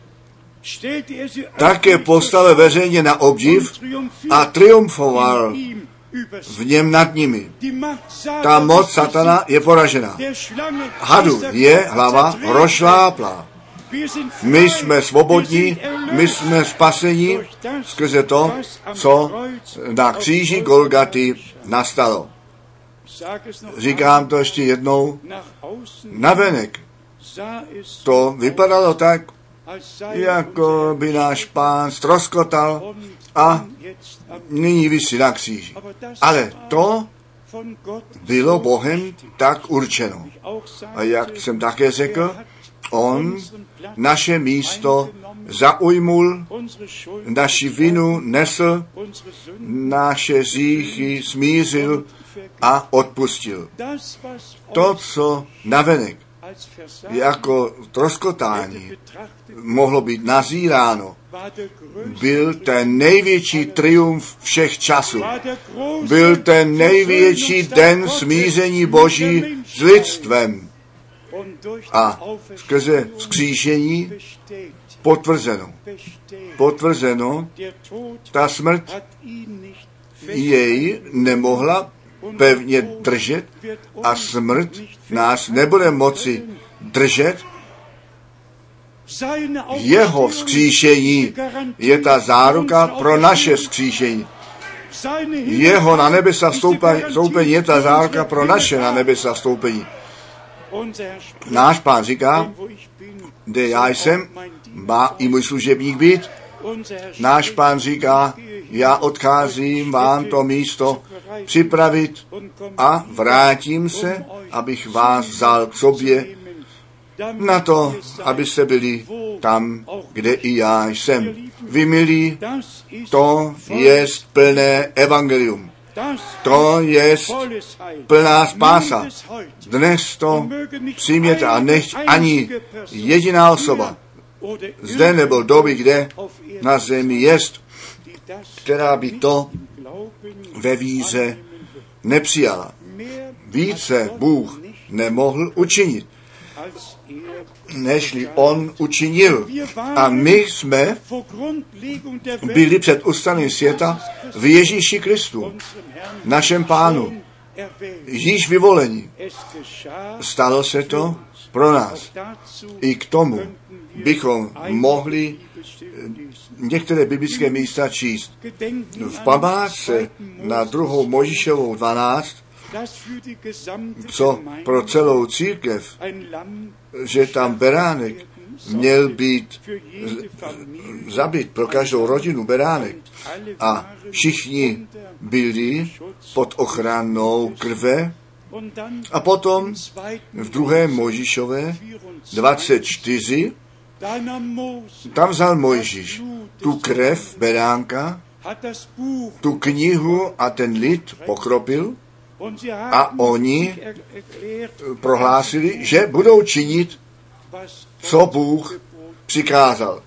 také postavil veřejně na obdiv a triumfoval v něm nad nimi. Ta moc satana je poražena. Hadu je hlava rozšláplá. My jsme svobodní, my jsme spasení skrze to, co na kříži Golgaty nastalo. Říkám to ještě jednou, navenek. To vypadalo tak, jako by náš Pán ztroskotal a nyní visí na kříži. Ale to bylo Bohem tak určeno. A jak jsem také řekl, on naše místo zaujmul, naši vinu nesl, naše hříchy smířil a odpustil. To, co navenek jako troskotání mohlo být nazíráno, byl ten největší triumf všech časů. Byl ten největší den smíření Boží s lidstvem. A skrze vzkříšení potvrzeno. Potvrzeno, ta smrt jej nemohla pevně držet a smrt nás nebude moci držet. Jeho vzkříšení je ta záruka pro naše vzkříšení. Jeho na nebesa vstoupení je ta záruka pro naše na nebesa vstoupení. Náš Pán říká, kde já jsem, má i můj služebník být. Náš Pán říká, já odcházím vám to místo připravit a vrátím se, abych vás vzal k sobě na to, abyste byli tam, kde i já jsem. Vy milí, to je plné evangelium. To je plná spása. Dnes to přijměte a nechť ani jediná osoba zde nebo doby, kde na zemi jest, která by to ve víře nepřijala. Více Bůh nemohl učinit, nežli on učinil. A my jsme byli před ustanem světa v Ježíši Kristu, našem Pánu. již vyvolení. Stalo se to pro nás. I k tomu bychom mohli některé biblické místa číst. V památce na druhou Mojžíšovou dvanáct, co pro celou církev, že tam beránek měl být zabit pro každou rodinu beránek a všichni byli pod ochranou krve. A potom v druhé Mojžíšové dvacet čtyři tam vzal Mojžíš tu krev beránka, tu knihu a ten lid pokropil a oni prohlásili, že budou činit, co Bůh přikázal.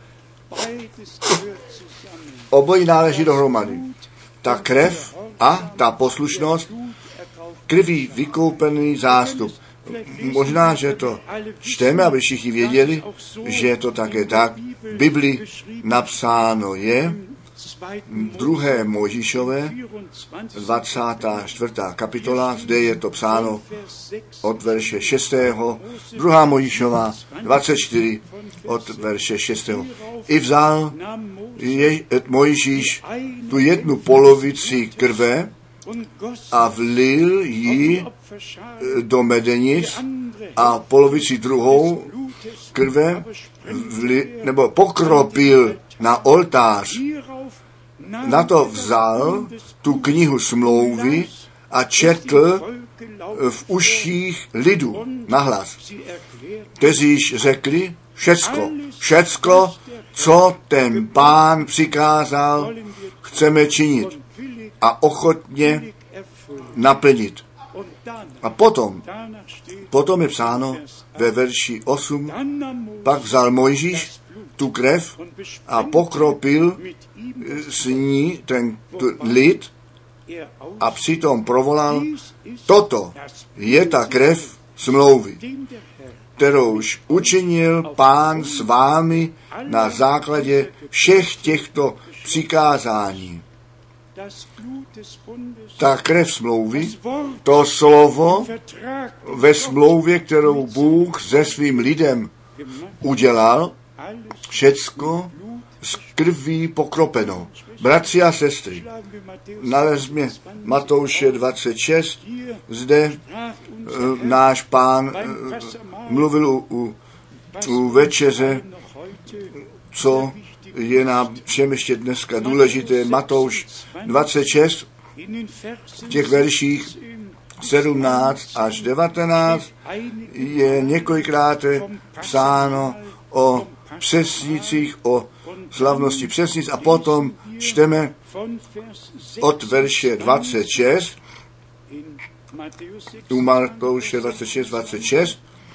Obojí náleží dohromady. Ta krev a ta poslušnost, krví vykoupený zástup. Možná, že to čteme, aby všichni věděli, že je to také tak. V Biblii napsáno je v druhé Mojžíšové dvacátá čtvrtá kapitola, zde je to psáno od verše šestého druhá Mojžíšová dvacet čtyři od verše šestého I vzal je, Mojžíš tu jednu polovici krve a vlil ji do medenic a polovici druhou krve vli, nebo pokropil na oltář. Na to vzal tu knihu smlouvy a četl v uších lidu nahlas. Kteříž řekli, všecko, všecko, co ten Pán přikázal, chceme činit a ochotně naplnit. A potom, potom je psáno ve verši osm, pak vzal Mojžíš tu krev a pokropil s ní ten lid a přitom provolal, toto je ta krev smlouvy, kterouž učinil Pán s vámi na základě všech těchto přikázání. Ta krev smlouvy, to slovo ve smlouvě, kterou Bůh se svým lidem udělal, všecko z krví pokropeno. Bratři a sestry, nalezme Matouše dvacet šest, zde uh, náš Pán uh, mluvil u, u, u večeře, co je nám všem ještě dneska důležité. Matouš dvacet šest, v těch verších sedmnáct až devatenáct je několikrát psáno o přesnicích, o slavnosti přesnic a potom čteme od verše dvacet šest, u Matouše dvacet šest, dvacet šest.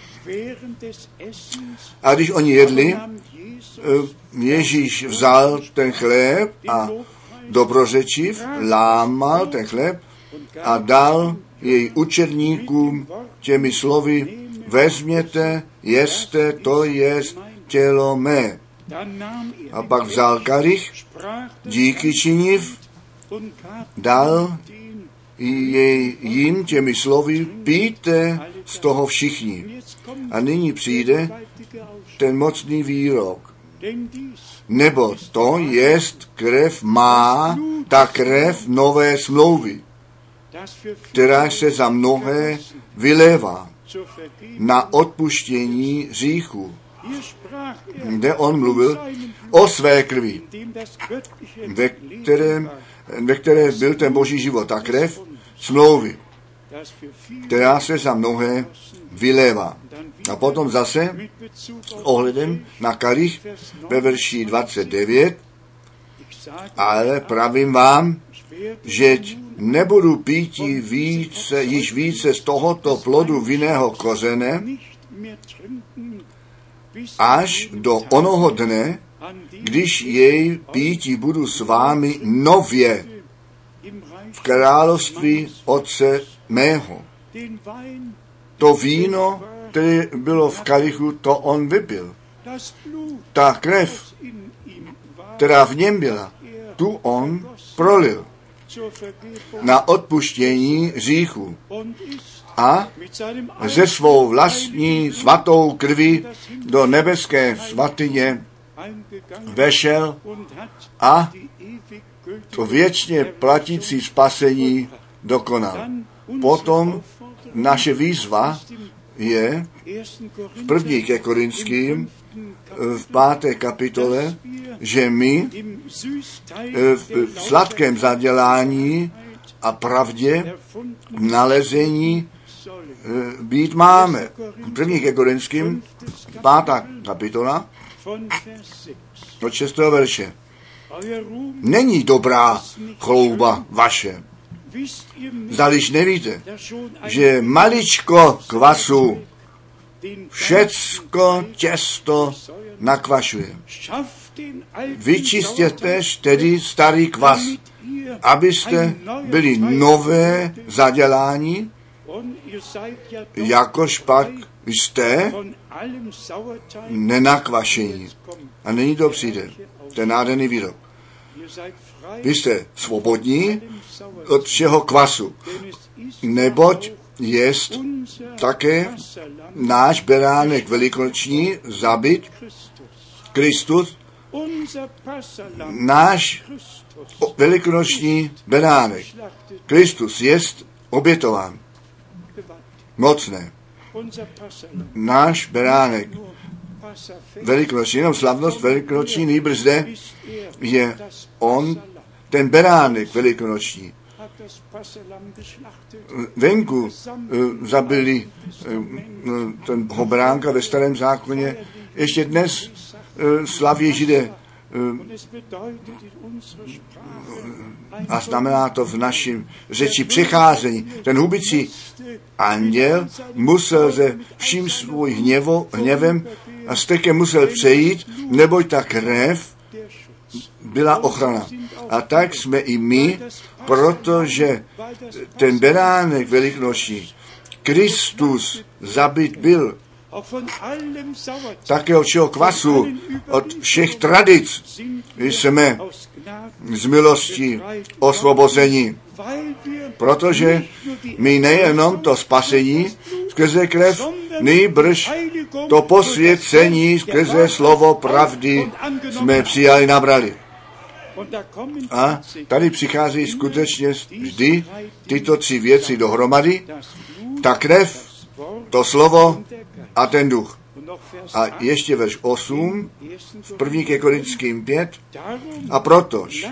A když oni jedli, Ježíš vzal ten chléb a dobrořečiv lámal ten chléb a dal jej učedníkům těmi slovy, vezměte, jeste, to jest tělo mé. A pak vzal kalich, díky činiv, dal jej jim těmi slovy, pijte z toho všichni. A nyní přijde ten mocný výrok. Nebo to jest krev má, ta krev nové smlouvy, která se za mnohé vylévá na odpuštění hříchu. Kde on mluvil o své krvi, ve, kterém, ve které byl ten boží život, ta krev smlouvy, která se za mnohé vylévá. A potom zase ohledem na kalich ve verši dvacet devět, ale pravím vám, že nebudu píti více, již více z tohoto plodu vinného kořene, až do onoho dne, když jej píti budu s vámi nově v království Otce mého. To víno, které bylo v kalichu, to on vypil. Ta krev, která v něm byla, tu on prolil. na odpuštění hříchů a ze svou vlastní svatou krví do nebeské svatyně vešel a to věčně platící spasení dokonal. Potom naše výzva je v první ke Korinským v páté kapitole, že my v sladkém zadělání a pravdě nalezení být máme. První ke Korinským, pátá kapitola, od šestého verše. Není dobrá chlouba vaše. Zdaliž nevíte, že maličko kvasu všecko těsto nakvašuje. Vyčistěte tedy starý kvas, abyste byli nové zadělání, jakož pak jste nenakvašení. A nyní to přijde, ten nádherný výrok. Vy jste svobodní od všeho kvasu, neboť jest také náš beránek velikonoční zabit, Kristus, náš velikonoční beránek. Kristus jest obětován. Mocné. Náš beránek velikonoční, jenom slavnost velikonoční, nýbrž zde je on, ten beránek velikonoční. Venku uh, zabili uh, ten beránka ve starém zákoně. Ještě dnes uh, slaví Židé uh, a znamená to v našem řeči přecházení. Ten hubicí anděl musel se vším svůj hněvo, hněvem a stekem musel přejít, neboť ta krev byla ochrana. A tak jsme i my, protože ten beránek velikonoční, Kristus zabit byl, také od všeho kvasu, od všech tradic jsme z milosti osvobození. Protože my nejenom to spasení skrze krev, nýbrž to posvěcení skrze slovo pravdy jsme přijali, nabrali. A tady přichází skutečně vždy tyto tři věci dohromady, ta krev, to slovo a ten duch. A ještě verš osm, v první ke Korinským pět, a protož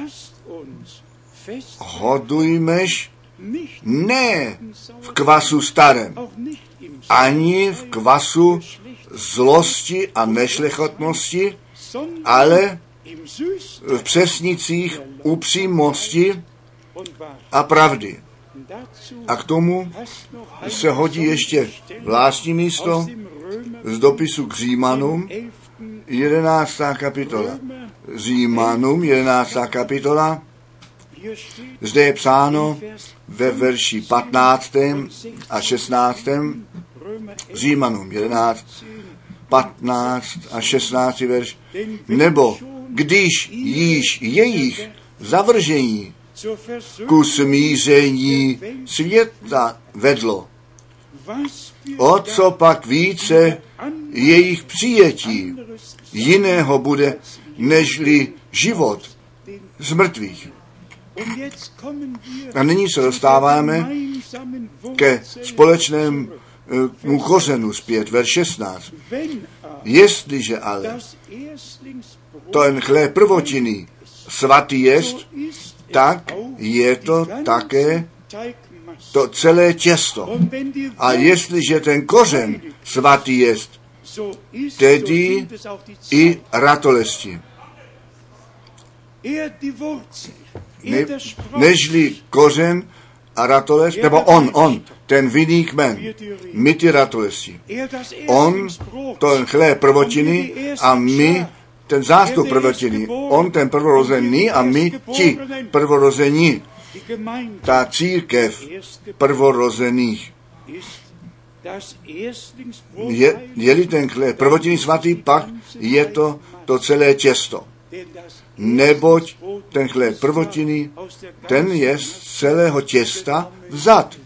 hodujmeš ne v kvasu starém, ani v kvasu zlosti a nešlechotnosti, ale v přesnicích upřímnosti a pravdy. A k tomu se hodí ještě zvláštní místo z dopisu k Římanům, jedenáctá kapitola. Římanům, jedenáctá kapitola. Zde je psáno ve verši patnáctém a šestnáctém. Římanům jedenáct, patnáct a šestnáct verš. Nebo když již jejich zavržení ku smíření světa vedlo, o co pak více jejich přijetí jiného bude, nežli život z mrtvých. A nyní se dostáváme ke společnému kořenu zpět, verš šestnáct. Jestliže ale ten chléb prvotiny svatý jest, tak je to také to celé těsto. A jestliže ten kořen svatý jest, tedy i ratolesti. Ne, nežli kořen a ratolest, nebo on, on, ten vinný kmen, my ty ratolesti. On, ten chléb prvotiny a my ten zástup prvotiny. On ten prvorozený a my ti prvorození. Ta církev prvorozených. Je, je-li ten chléb prvotiny svatý, pak je to to celé těsto. neboť ten chléb prvotiny, ten je z celého těsta vzat.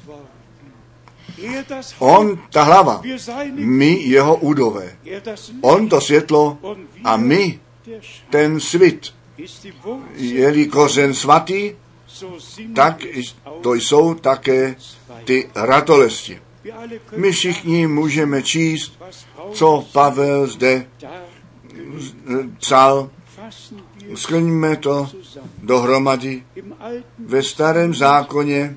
On, ta hlava, my jeho údové. On to světlo a my ten svit. Je-li kořen svatý, tak to jsou také ty ratolesti. My všichni můžeme číst, co Pavel zde psal. Shrňme to dohromady. Ve starém zákoně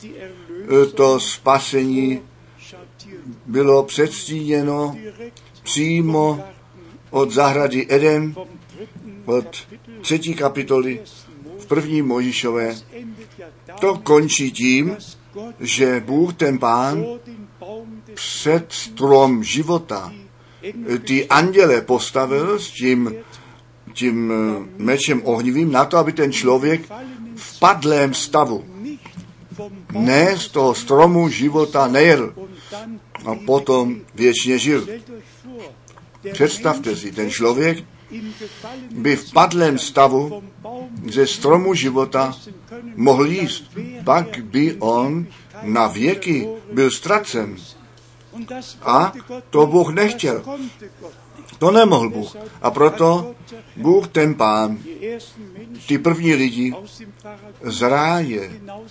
to spasení bylo předstíněno přímo od zahrady Eden, od třetí kapitoly v první Mojžíšové. To končí tím, že Bůh ten Pán před strom života ty anděle postavil s tím, tím mečem ohnivým na to, aby ten člověk v padlém stavu ne z toho stromu života nejedl a potom věčně žil. Představte si, ten člověk by v padlém stavu ze stromu života mohl jíst. Pak by on na věky byl ztracen. A to Bůh nechtěl. To nemohl Bůh. A proto Bůh ten Pán ty první lidi z ráje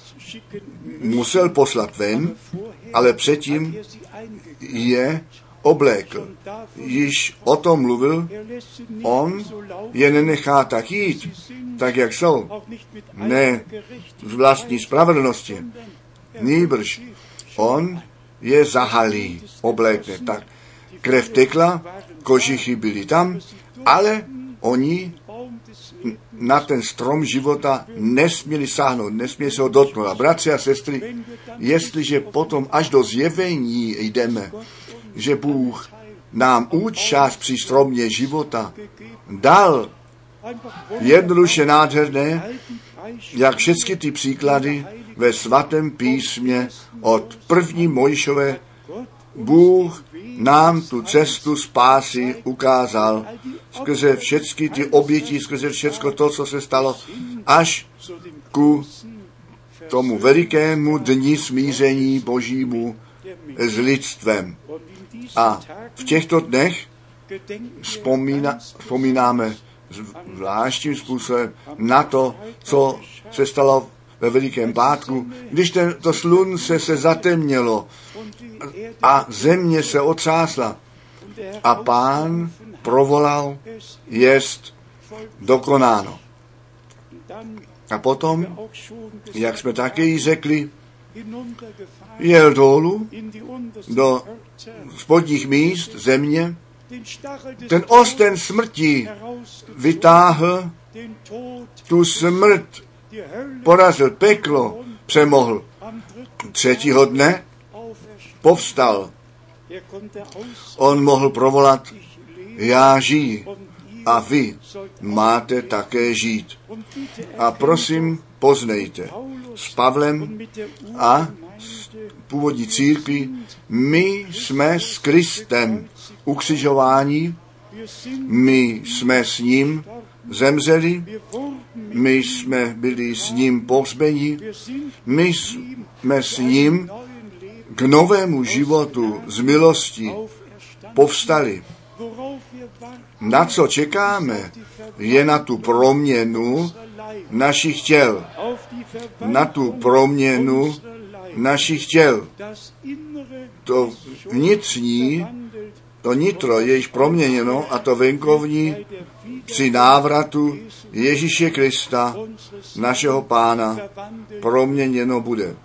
musel poslat ven, ale předtím je oblékl. Již o tom mluvil, on je nenechá tak jít, tak jak jsou. Ne z vlastní spravedlnosti. Nýbrž on je zahalí, oblékne. Tak krev tekla, kožichy byly tam, ale oni na ten strom života nesměli sáhnout, nesměli se ho dotknout. A bratři a sestry, jestliže potom až do zjevení jdeme, že Bůh nám účast při stromě života dal, jednoduše nádherné, jak všechny ty příklady ve svatém písmě od první Mojžíšové, Bůh nám tu cestu spásy ukázal skrze všechny ty oběti, skrze všechno to, co se stalo, až ku tomu velikému dni smíření Božímu s lidstvem. A v těchto dnech vzpomíná, vzpomínáme zvláštním způsobem na to, co se stalo ve Velikém pátku, když ten, to slunce se zatemnělo a země se otřásla a Pán provolal, jest dokonáno. A potom, jak jsme také již řekli, jel dolů do spodních míst země, ten osten smrti vytáhl, tu smrt porazil, peklo přemohl. Třetího dne povstal. On mohl provolat, já žiji a vy máte také žít. A prosím, poznejte s Pavlem a s původní církví, my jsme s Kristem ukřižováni, my jsme s ním zemřeli, my jsme byli s ním pohřbeni, my jsme s ním k novému životu z milosti povstali. Na co čekáme, je na tu proměnu našich těl. Na tu proměnu našich těl. To vnitřní, to nitro je již proměněno a to venkovní při návratu Ježíše Krista, našeho Pána, proměněno bude.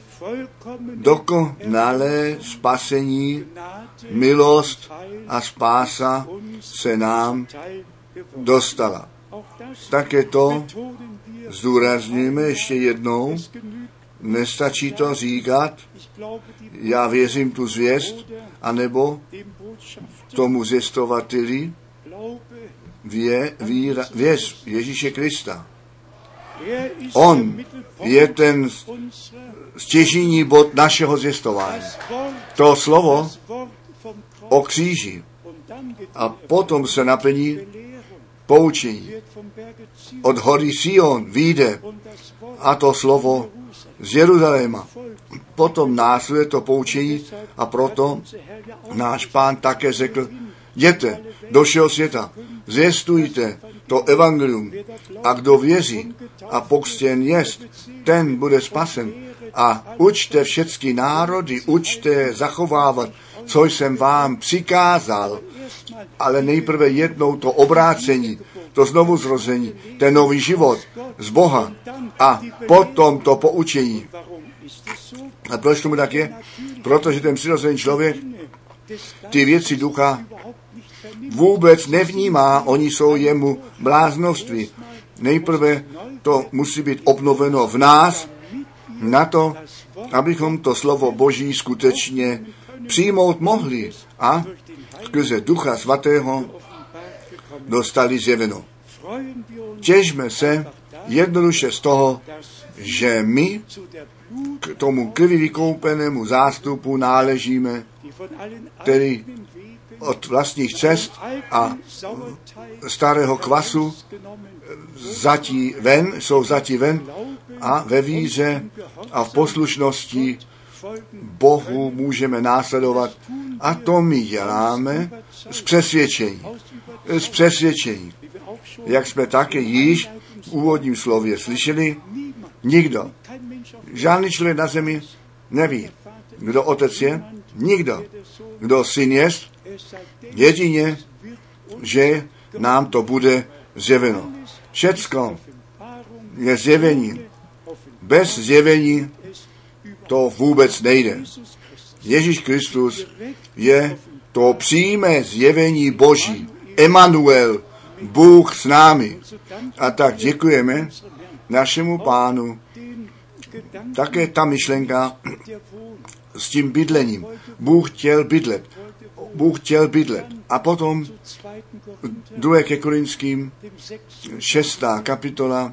Dokonalé spasení, milost a spása se nám dostala. Také to zdůrazňujeme ještě jednou. Nestačí to říkat, já věřím tu zvěst, anebo tomu zvěstovateli vě, víra, věř Ježíše Krista. On je ten stěžejní bod našeho zvěstování. To slovo o kříži. A potom se naplní poučení od hory Sion vyjde a to slovo z Jeruzaléma. Potom následuje to poučení a proto náš Pán také řekl, jděte do všeho světa, zvěstujte to evangelium a kdo věří a pokřtěn jest, ten bude spasen. A učte všechny národy, učte zachovávat, co jsem vám přikázal, ale nejprve jednou to obrácení, to znovuzrození, ten nový život z Boha a potom to poučení. A proč tomu tak je? Protože ten přirozený člověk ty věci ducha vůbec nevnímá, oni jsou jemu bláznoství. Nejprve to musí být obnoveno v nás, na to, abychom to slovo Boží skutečně přijmout mohli a skrze Ducha Svatého dostali zjeveno. Těšme se jednoduše z toho, že my k tomu krvi vykoupenému zástupu náležíme, který od vlastních cest a starého kvasu zatí ven, jsou zatí ven a ve víře a v poslušnosti Bohu můžeme následovat. A to my děláme z přesvědčení. Z přesvědčení. Jak jsme také již v úvodním slově slyšeli, nikdo, žádný člověk na zemi neví, kdo otec je, nikdo, kdo syn jest, jedině, že nám to bude zjeveno. Všecko je zjevení. Bez zjevení to vůbec nejde. Ježíš Kristus je to přímé zjevení Boží. Emanuel, Bůh s námi. A tak děkujeme našemu Pánu. Také ta myšlenka s tím bydlením. Bůh chtěl bydlet. Bůh chtěl bydlet. A potom druhé ke Korinským, šestá kapitola.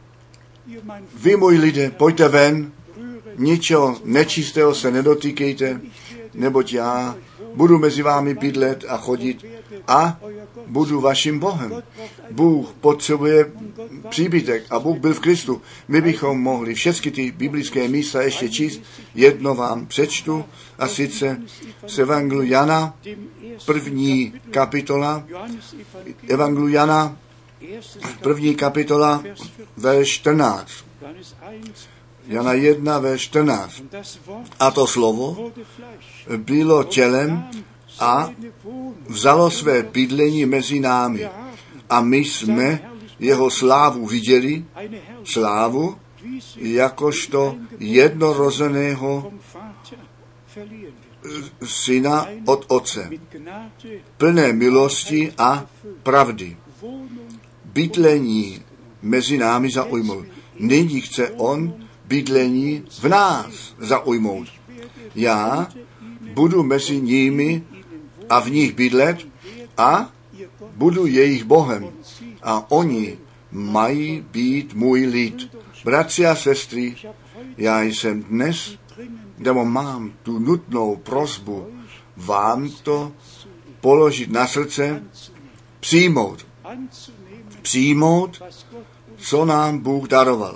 Vy, moji lidé, pojďte ven, ničeho nečistého se nedotýkejte, neboť já budu mezi vámi bydlet a chodit a budu vaším Bohem. Bůh potřebuje příbytek a Bůh byl v Kristu. My bychom mohli všechny ty biblické místa ještě číst. Jedno vám přečtu a sice z Evangeliu Jana, první kapitola, Evangeliu Jana, první kapitola, verš čtrnáct. Jana jedna, verš čtrnáct. A to slovo bylo tělem a vzalo své bydlení mezi námi. A my jsme jeho slávu viděli, slávu jakožto jednorozeného syna od Otce, plné milosti a pravdy. Bydlení mezi námi zaujmul. Nyní chce on bydlení v nás zaujmout. Já budu mezi nimi a v nich bydlet a budu jejich Bohem. A oni mají být můj lid. Bratři a sestry, já jsem dnes, nebo mám tu nutnou prosbu vám to položit na srdce, přijmout. Přijmout, co nám Bůh daroval.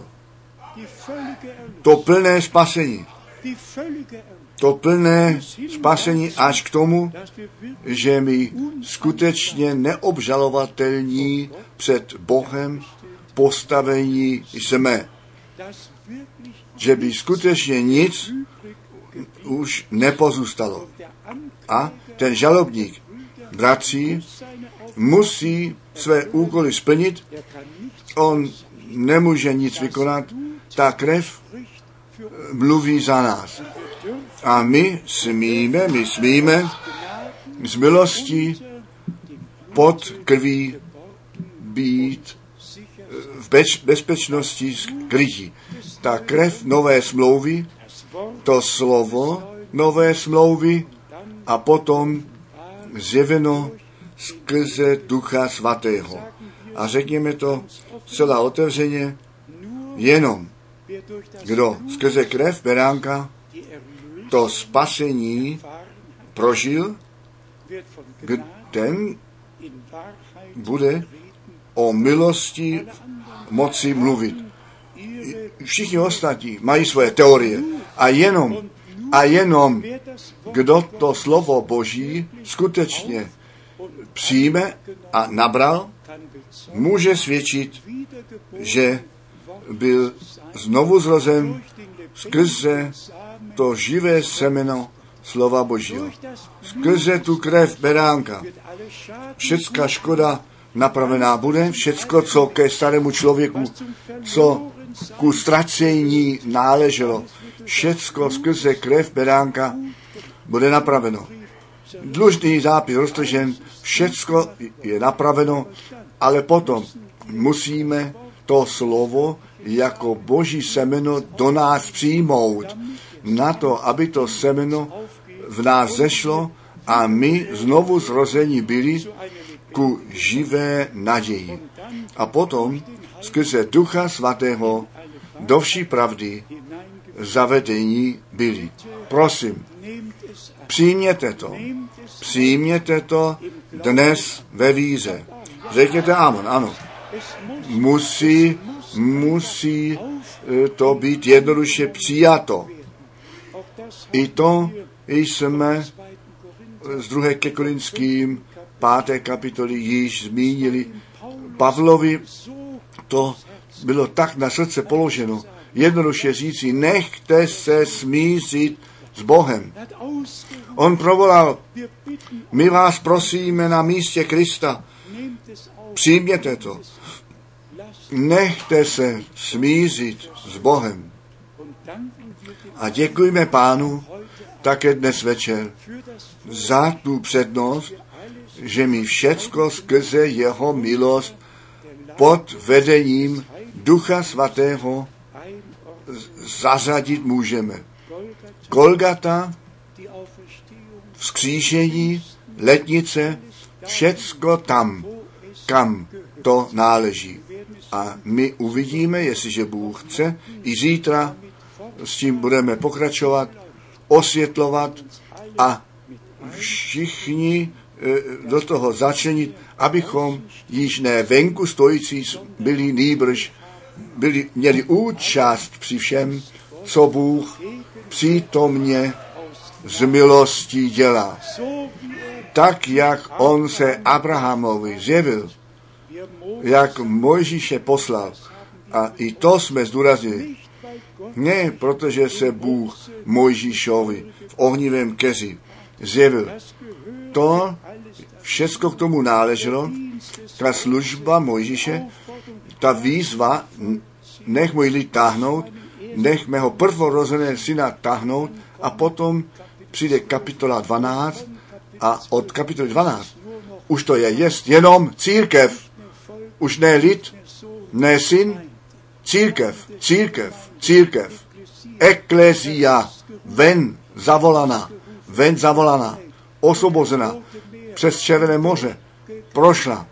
To plné spasení. To plné spasení až k tomu, že my skutečně neobžalovatelní před Bohem postavení jsme. Že by skutečně nic už nepozůstalo. A ten žalobník, bratří, musí své úkoly splnit, on nemůže nic vykonat, ta krev mluví za nás. A my smíme, my smíme z milostí pod krví být v bezpečnosti skrytí. Ta krev nové smlouvy, to slovo nové smlouvy a potom zjeveno skrze Ducha Svatého. A řekněme to celá otevřeně, jenom kdo skrze krev beránka to spasení prožil, ten bude o milosti moci mluvit. Všichni ostatní mají svoje teorie a jenom, a jenom kdo to slovo Boží skutečně přijme a nabral, může svědčit, že byl znovu zrozen skrze to živé semeno slova Božího. Skrze tu krev beránka. Všecká škoda napravená bude, všecko, co ke starému člověku, co ku ztracení náleželo, všecko skrze krev beránka bude napraveno. Dlužný zápis roztržen, všecko je napraveno, ale potom musíme to slovo jako Boží semeno do nás přijmout. Na to, aby to semeno v nás zešlo a my znovu zrození byli ku živé naději. A potom skrze Ducha Svatého do vší pravdy zavedení byli. Prosím, přijměte to. Přijměte to dnes ve víře. Řekněte amen, ano. Musí, musí to být jednoduše přijato. I to jsme z druhé ke Korinským páté kapitoly již zmínili. Pavlovi to bylo tak na srdce položeno. Jednoduše říci, nechte se smířit s Bohem. On provolal, my vás prosíme na místě Krista, přijměte to. Nechte se smířit s Bohem. A děkujeme Pánu také dnes večer za tu přednost, že my všecko skrze jeho milost pod vedením Ducha Svatého zařadit můžeme. Golgata, vzkřížení, letnice, všecko tam, kam to náleží. A my uvidíme, jestliže Bůh chce, i zítra s tím budeme pokračovat, osvětlovat a všichni do toho začlenit, abychom již ne venku stojící byli, nýbrž byli, měli účast při všem, co Bůh přítomně z milostí dělá. Tak, jak on se Abrahamovi zjevil, jak Mojžíše poslal. A i to jsme zdůraznili. Ne, protože se Bůh Mojžíšovi v ohnivém keři zjevil. To všecko k tomu náleželo, ta služba Mojžíše, ta výzva, nech můj lid táhnout, nech mého prvorozeného syna táhnout a potom přijde kapitola dvanáct a od kapitoly dvanáct už to je jest jenom církev. Už ne lid, ne syn, církev, církev, církev, eklézia, ven zavolaná, ven zavolaná, osvobozena, přes Červené moře prošla.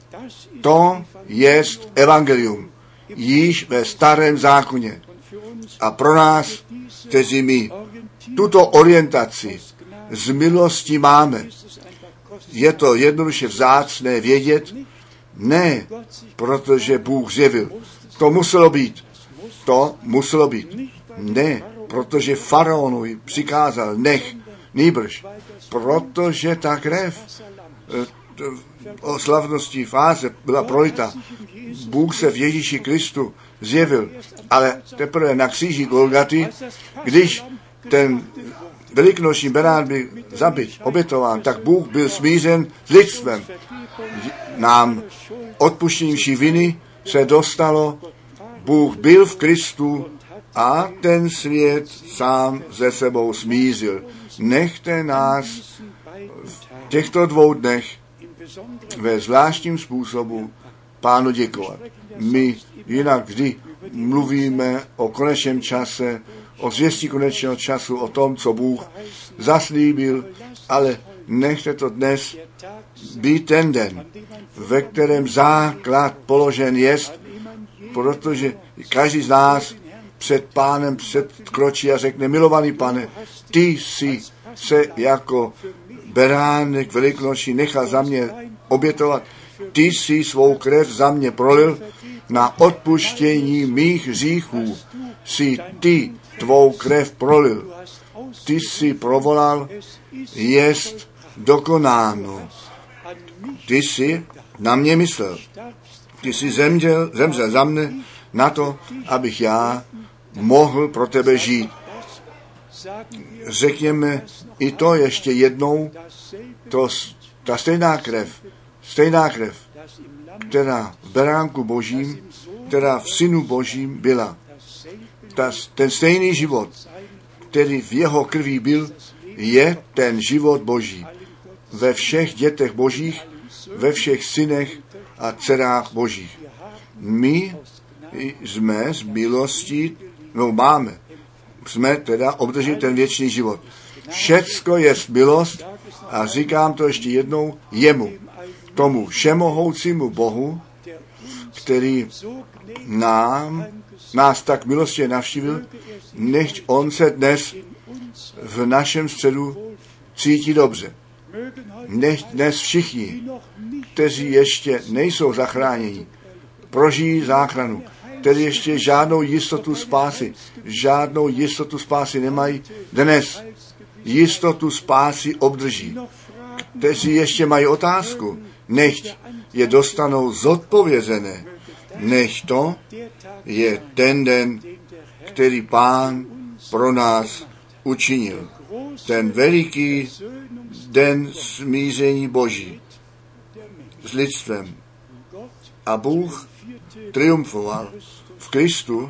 To jest evangelium, již ve starém zákoně. A pro nás, kteří my tuto orientaci z milosti máme, je to jednoduše vzácné vědět, ne, protože Bůh zjevil. To muselo být. To muselo být. Ne, protože faraonovi přikázal, nech, nýbrž, protože ta krev o slavnosti fáze byla prolita. Bůh se v Ježíši Kristu zjevil, ale teprve na kříži Golgaty, když ten velikonoční berán byl zabit, obětován, tak Bůh byl smířen s lidstvem. Nám odpuštěním vší viny se dostalo, Bůh byl v Kristu a ten svět sám ze sebou smířil. Nechte nás v těchto dvou dnech ve zvláštním způsobu Pánu děkovat. My jinak vždy mluvíme o konečném čase, o zvěstí konečného času, o tom, co Bůh zaslíbil, ale nechte to dnes být ten den, ve kterém základ položen jest, protože každý z nás před Pánem předkročí a řekne, milovaný Pane, ty jsi se jako beránek velikonoční nechal za mě obětovat. Ty jsi svou krev za mě prolil na odpuštění mých hříchů. Jsi ty tvou krev prolil. Ty jsi provolal, jest dokonáno. Ty jsi na mě myslel. Ty jsi zemřel, zemřel za mne na to, abych já mohl pro tebe žít. Řekněme i to ještě jednou, to, ta stejná krev, stejná krev, která v beránku božím, která v synu božím byla. Ta, ten stejný život, který v jeho krví byl, je ten život boží. Ve všech dětech božích, ve všech synech a dcerách božích. My jsme z milostí, no máme, jsme teda obdrželi ten věčný život. Všecko je milost a říkám to ještě jednou, jemu, tomu všemohoucímu Bohu, který nám, nás tak milostně navštívil, nechť on se dnes v našem středu cítí dobře. Nechť dnes všichni, kteří ještě nejsou zachráněni, prožijí záchranu, kteří ještě žádnou jistotu spásy, žádnou jistotu spásy nemají, dnes jistotu spásy obdrží. Kteří ještě mají otázku, nechť je dostanou zodpovězené, nechť to je ten den, který Pán pro nás učinil. Ten veliký den smíření Boží s lidstvem. A Bůh triumfoval v Kristu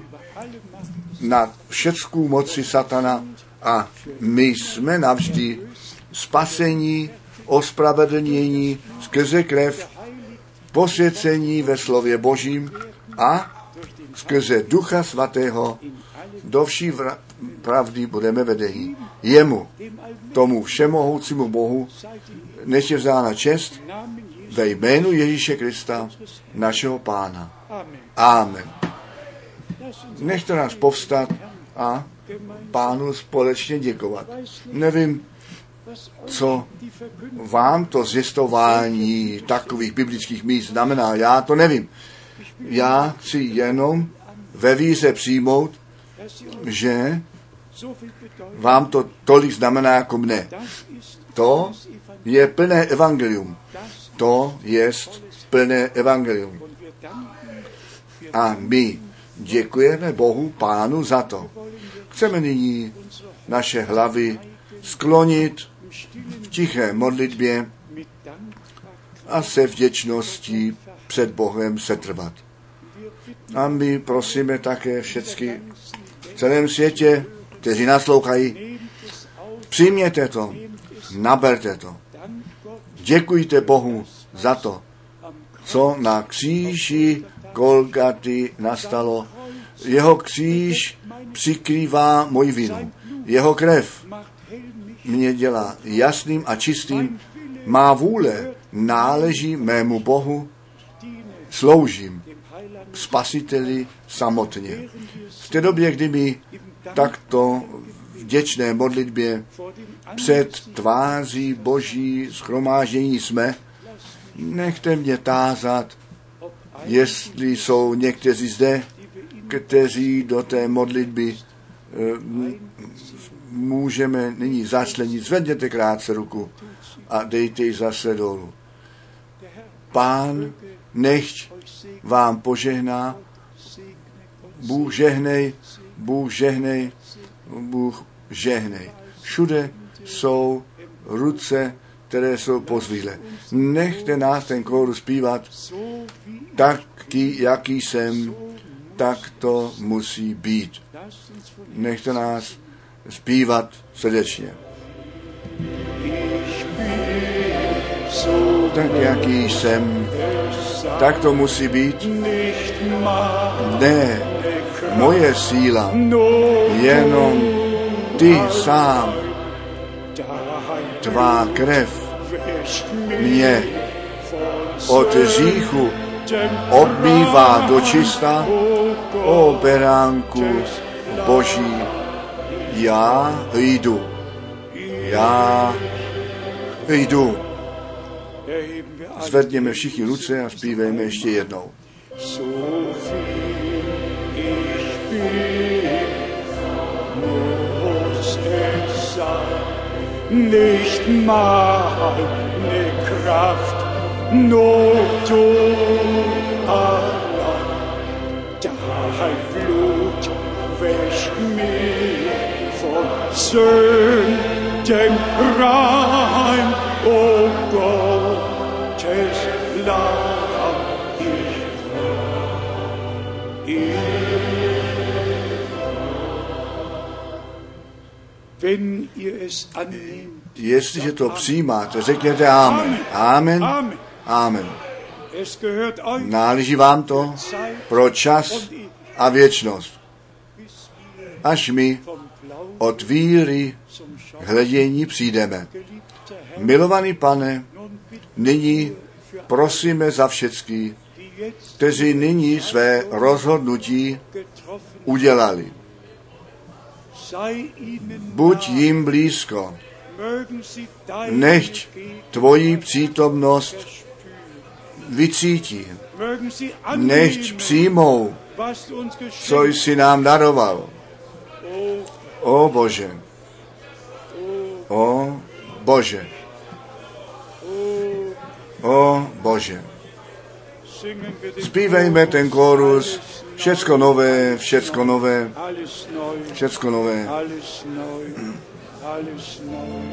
nad všeckou moci satana a my jsme navždy spasení, ospravedlnění skrze krev, posvěcení ve slově Božím a skrze Ducha Svatého do vší pravdy budeme vedení. Jemu, tomu všemohoucímu Bohu, nech je vzána čest ve jménu Ježíše Krista, našeho Pána. Amen. Nechte nás povstat a Pánu společně děkovat. Nevím, co vám to zjistování takových biblických míst znamená. Já to nevím. Já chci jenom ve víře přijmout, že vám to tolik znamená jako mne. To je plné evangelium. To je plné evangelium. A my děkujeme Bohu Pánu za to. Chceme nyní naše hlavy sklonit v tiché modlitbě a se vděčností před Bohem setrvat. A my prosíme také všechny v celém světě, kteří naslouchají, přijměte to, naberte to. Děkujte Bohu za to, co na kříži Golgaty nastalo. Jeho kříž přikrývá moji vinu. Jeho krev mě dělá jasným a čistým. Má vůle náleží mému Bohu. Sloužím Spasiteli samotně. V té době, kdy my takto vděčné modlitbě před tváří Boží shromáždění jsme, nechte mě tázat, jestli jsou někteří zde, kteří do té modlitby můžeme nyní začlenit. Zvedněte krátce ruku a dejte ji zase dolů. Pán nechť vám požehná. Bůh žehnej, Bůh žehnej, Bůh žehnej. Všude jsou ruce, které jsou pozvíle. Nechte nás ten kórus zpívat, taky, jaký jsem, tak to musí být. Nechte nás zpívat srdečně. Tak, jaký jsem, tak to musí být. Ne, moje síla, jenom ty sám. Tvá krev mě od hříchu obmývá do čista, o beránku Boží. Já jdu, já jdu. Zvedněme všichni ruce a zpívejme ještě jednou. So viel ich bin, muss es sein, nicht meine Kraft, nur du allein. Dein Blut wäscht mich von Sünden rein, o Gottes Lamm, ich, ich. Wenn ihr es annehmt, Jestliže to přijímáte, řekněte amen. Amen. Amen. Amen. Es gehört euch, Náleží vám to pro čas a věčnost. Až my vom Glauben od víry zum k Schauen. hledění přijdeme. Geliebter Herr, Milovaný pane, nun bitte nyní prosíme za všecky, die jetzt kteří nyní své rozhodnutí getroffen, udělali. sei ihnen Buď nahe, jim blízko, mögen sie deine nechť tvoji přítomnost spüren, vycítí, mögen sie nechť annehmen, přijmou, was du uns co geschenkt jsi nám daroval. O, O Bože, o Bože, o Bože. singen wir den Zpívejme ten chorus, všecko nové, všecko nové, alles neu, všecko nové. alles neu, alles neu.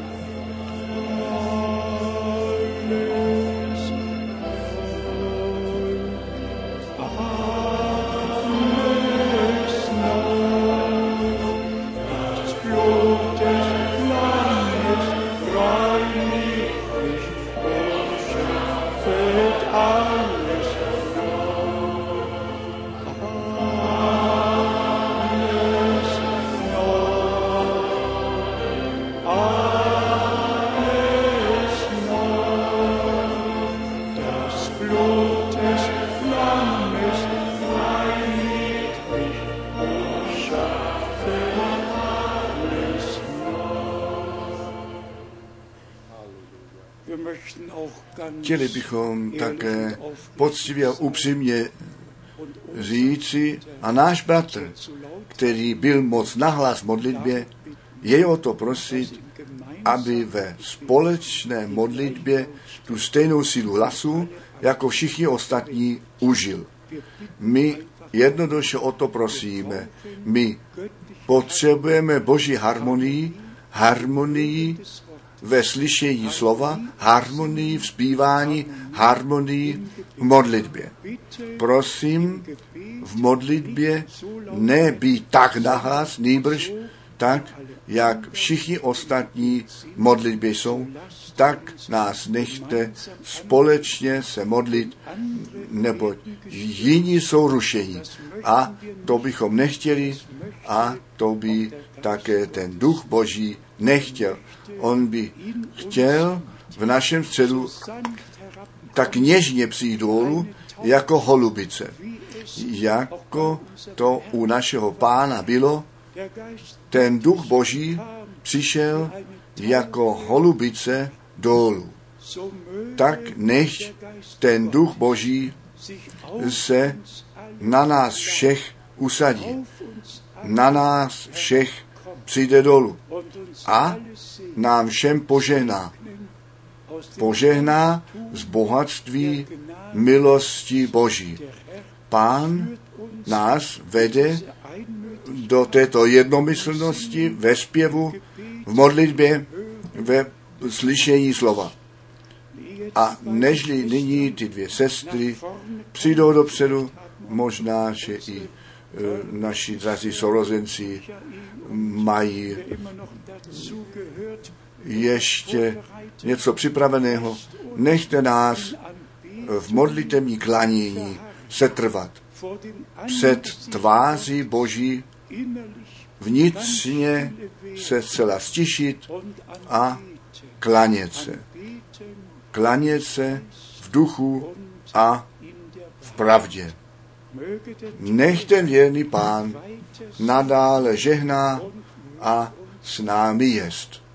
Chtěli bychom také poctivě a upřímně říci, a náš bratr, který byl moc nahlas v modlitbě, jej o to prosit, aby ve společné modlitbě tu stejnou sílu hlasu, jako všichni ostatní, užil. My jednoduše o to prosíme. My potřebujeme Boží harmonii, harmonii ve slyšení slova, harmonii v zpívání, harmonii v modlitbě. Prosím, v modlitbě ne být tak nahlas, nýbrž tak, jak všichni ostatní v modlitbě jsou, tak nás nechte společně se modlit, neboť jiní jsou rušení. A to bychom nechtěli a to by také ten duch Boží nechtěl. On by chtěl v našem středu tak něžně přijít dolů, jako holubice. Jako to u našeho Pána bylo, ten duch Boží přišel jako holubice dolů. Tak nechť ten duch Boží se na nás všech usadí. Na nás všech přijde dolů a nám všem požehná. Požehná z bohatství milosti Boží. Pán nás vede do této jednomyslnosti ve zpěvu, v modlitbě, ve slyšení slova. A nežli nyní ty dvě sestry přijdou dopředu, možná, že i e, naši drazí sourozenci mají ještě něco připraveného. Nechte nás v modlitevní klanění setrvat před tváří Boží, vnitřně se zcela stišit a klanět se. Klanět se v duchu a v pravdě. Nech ten věrný Pán nadále žehná a s námi jest.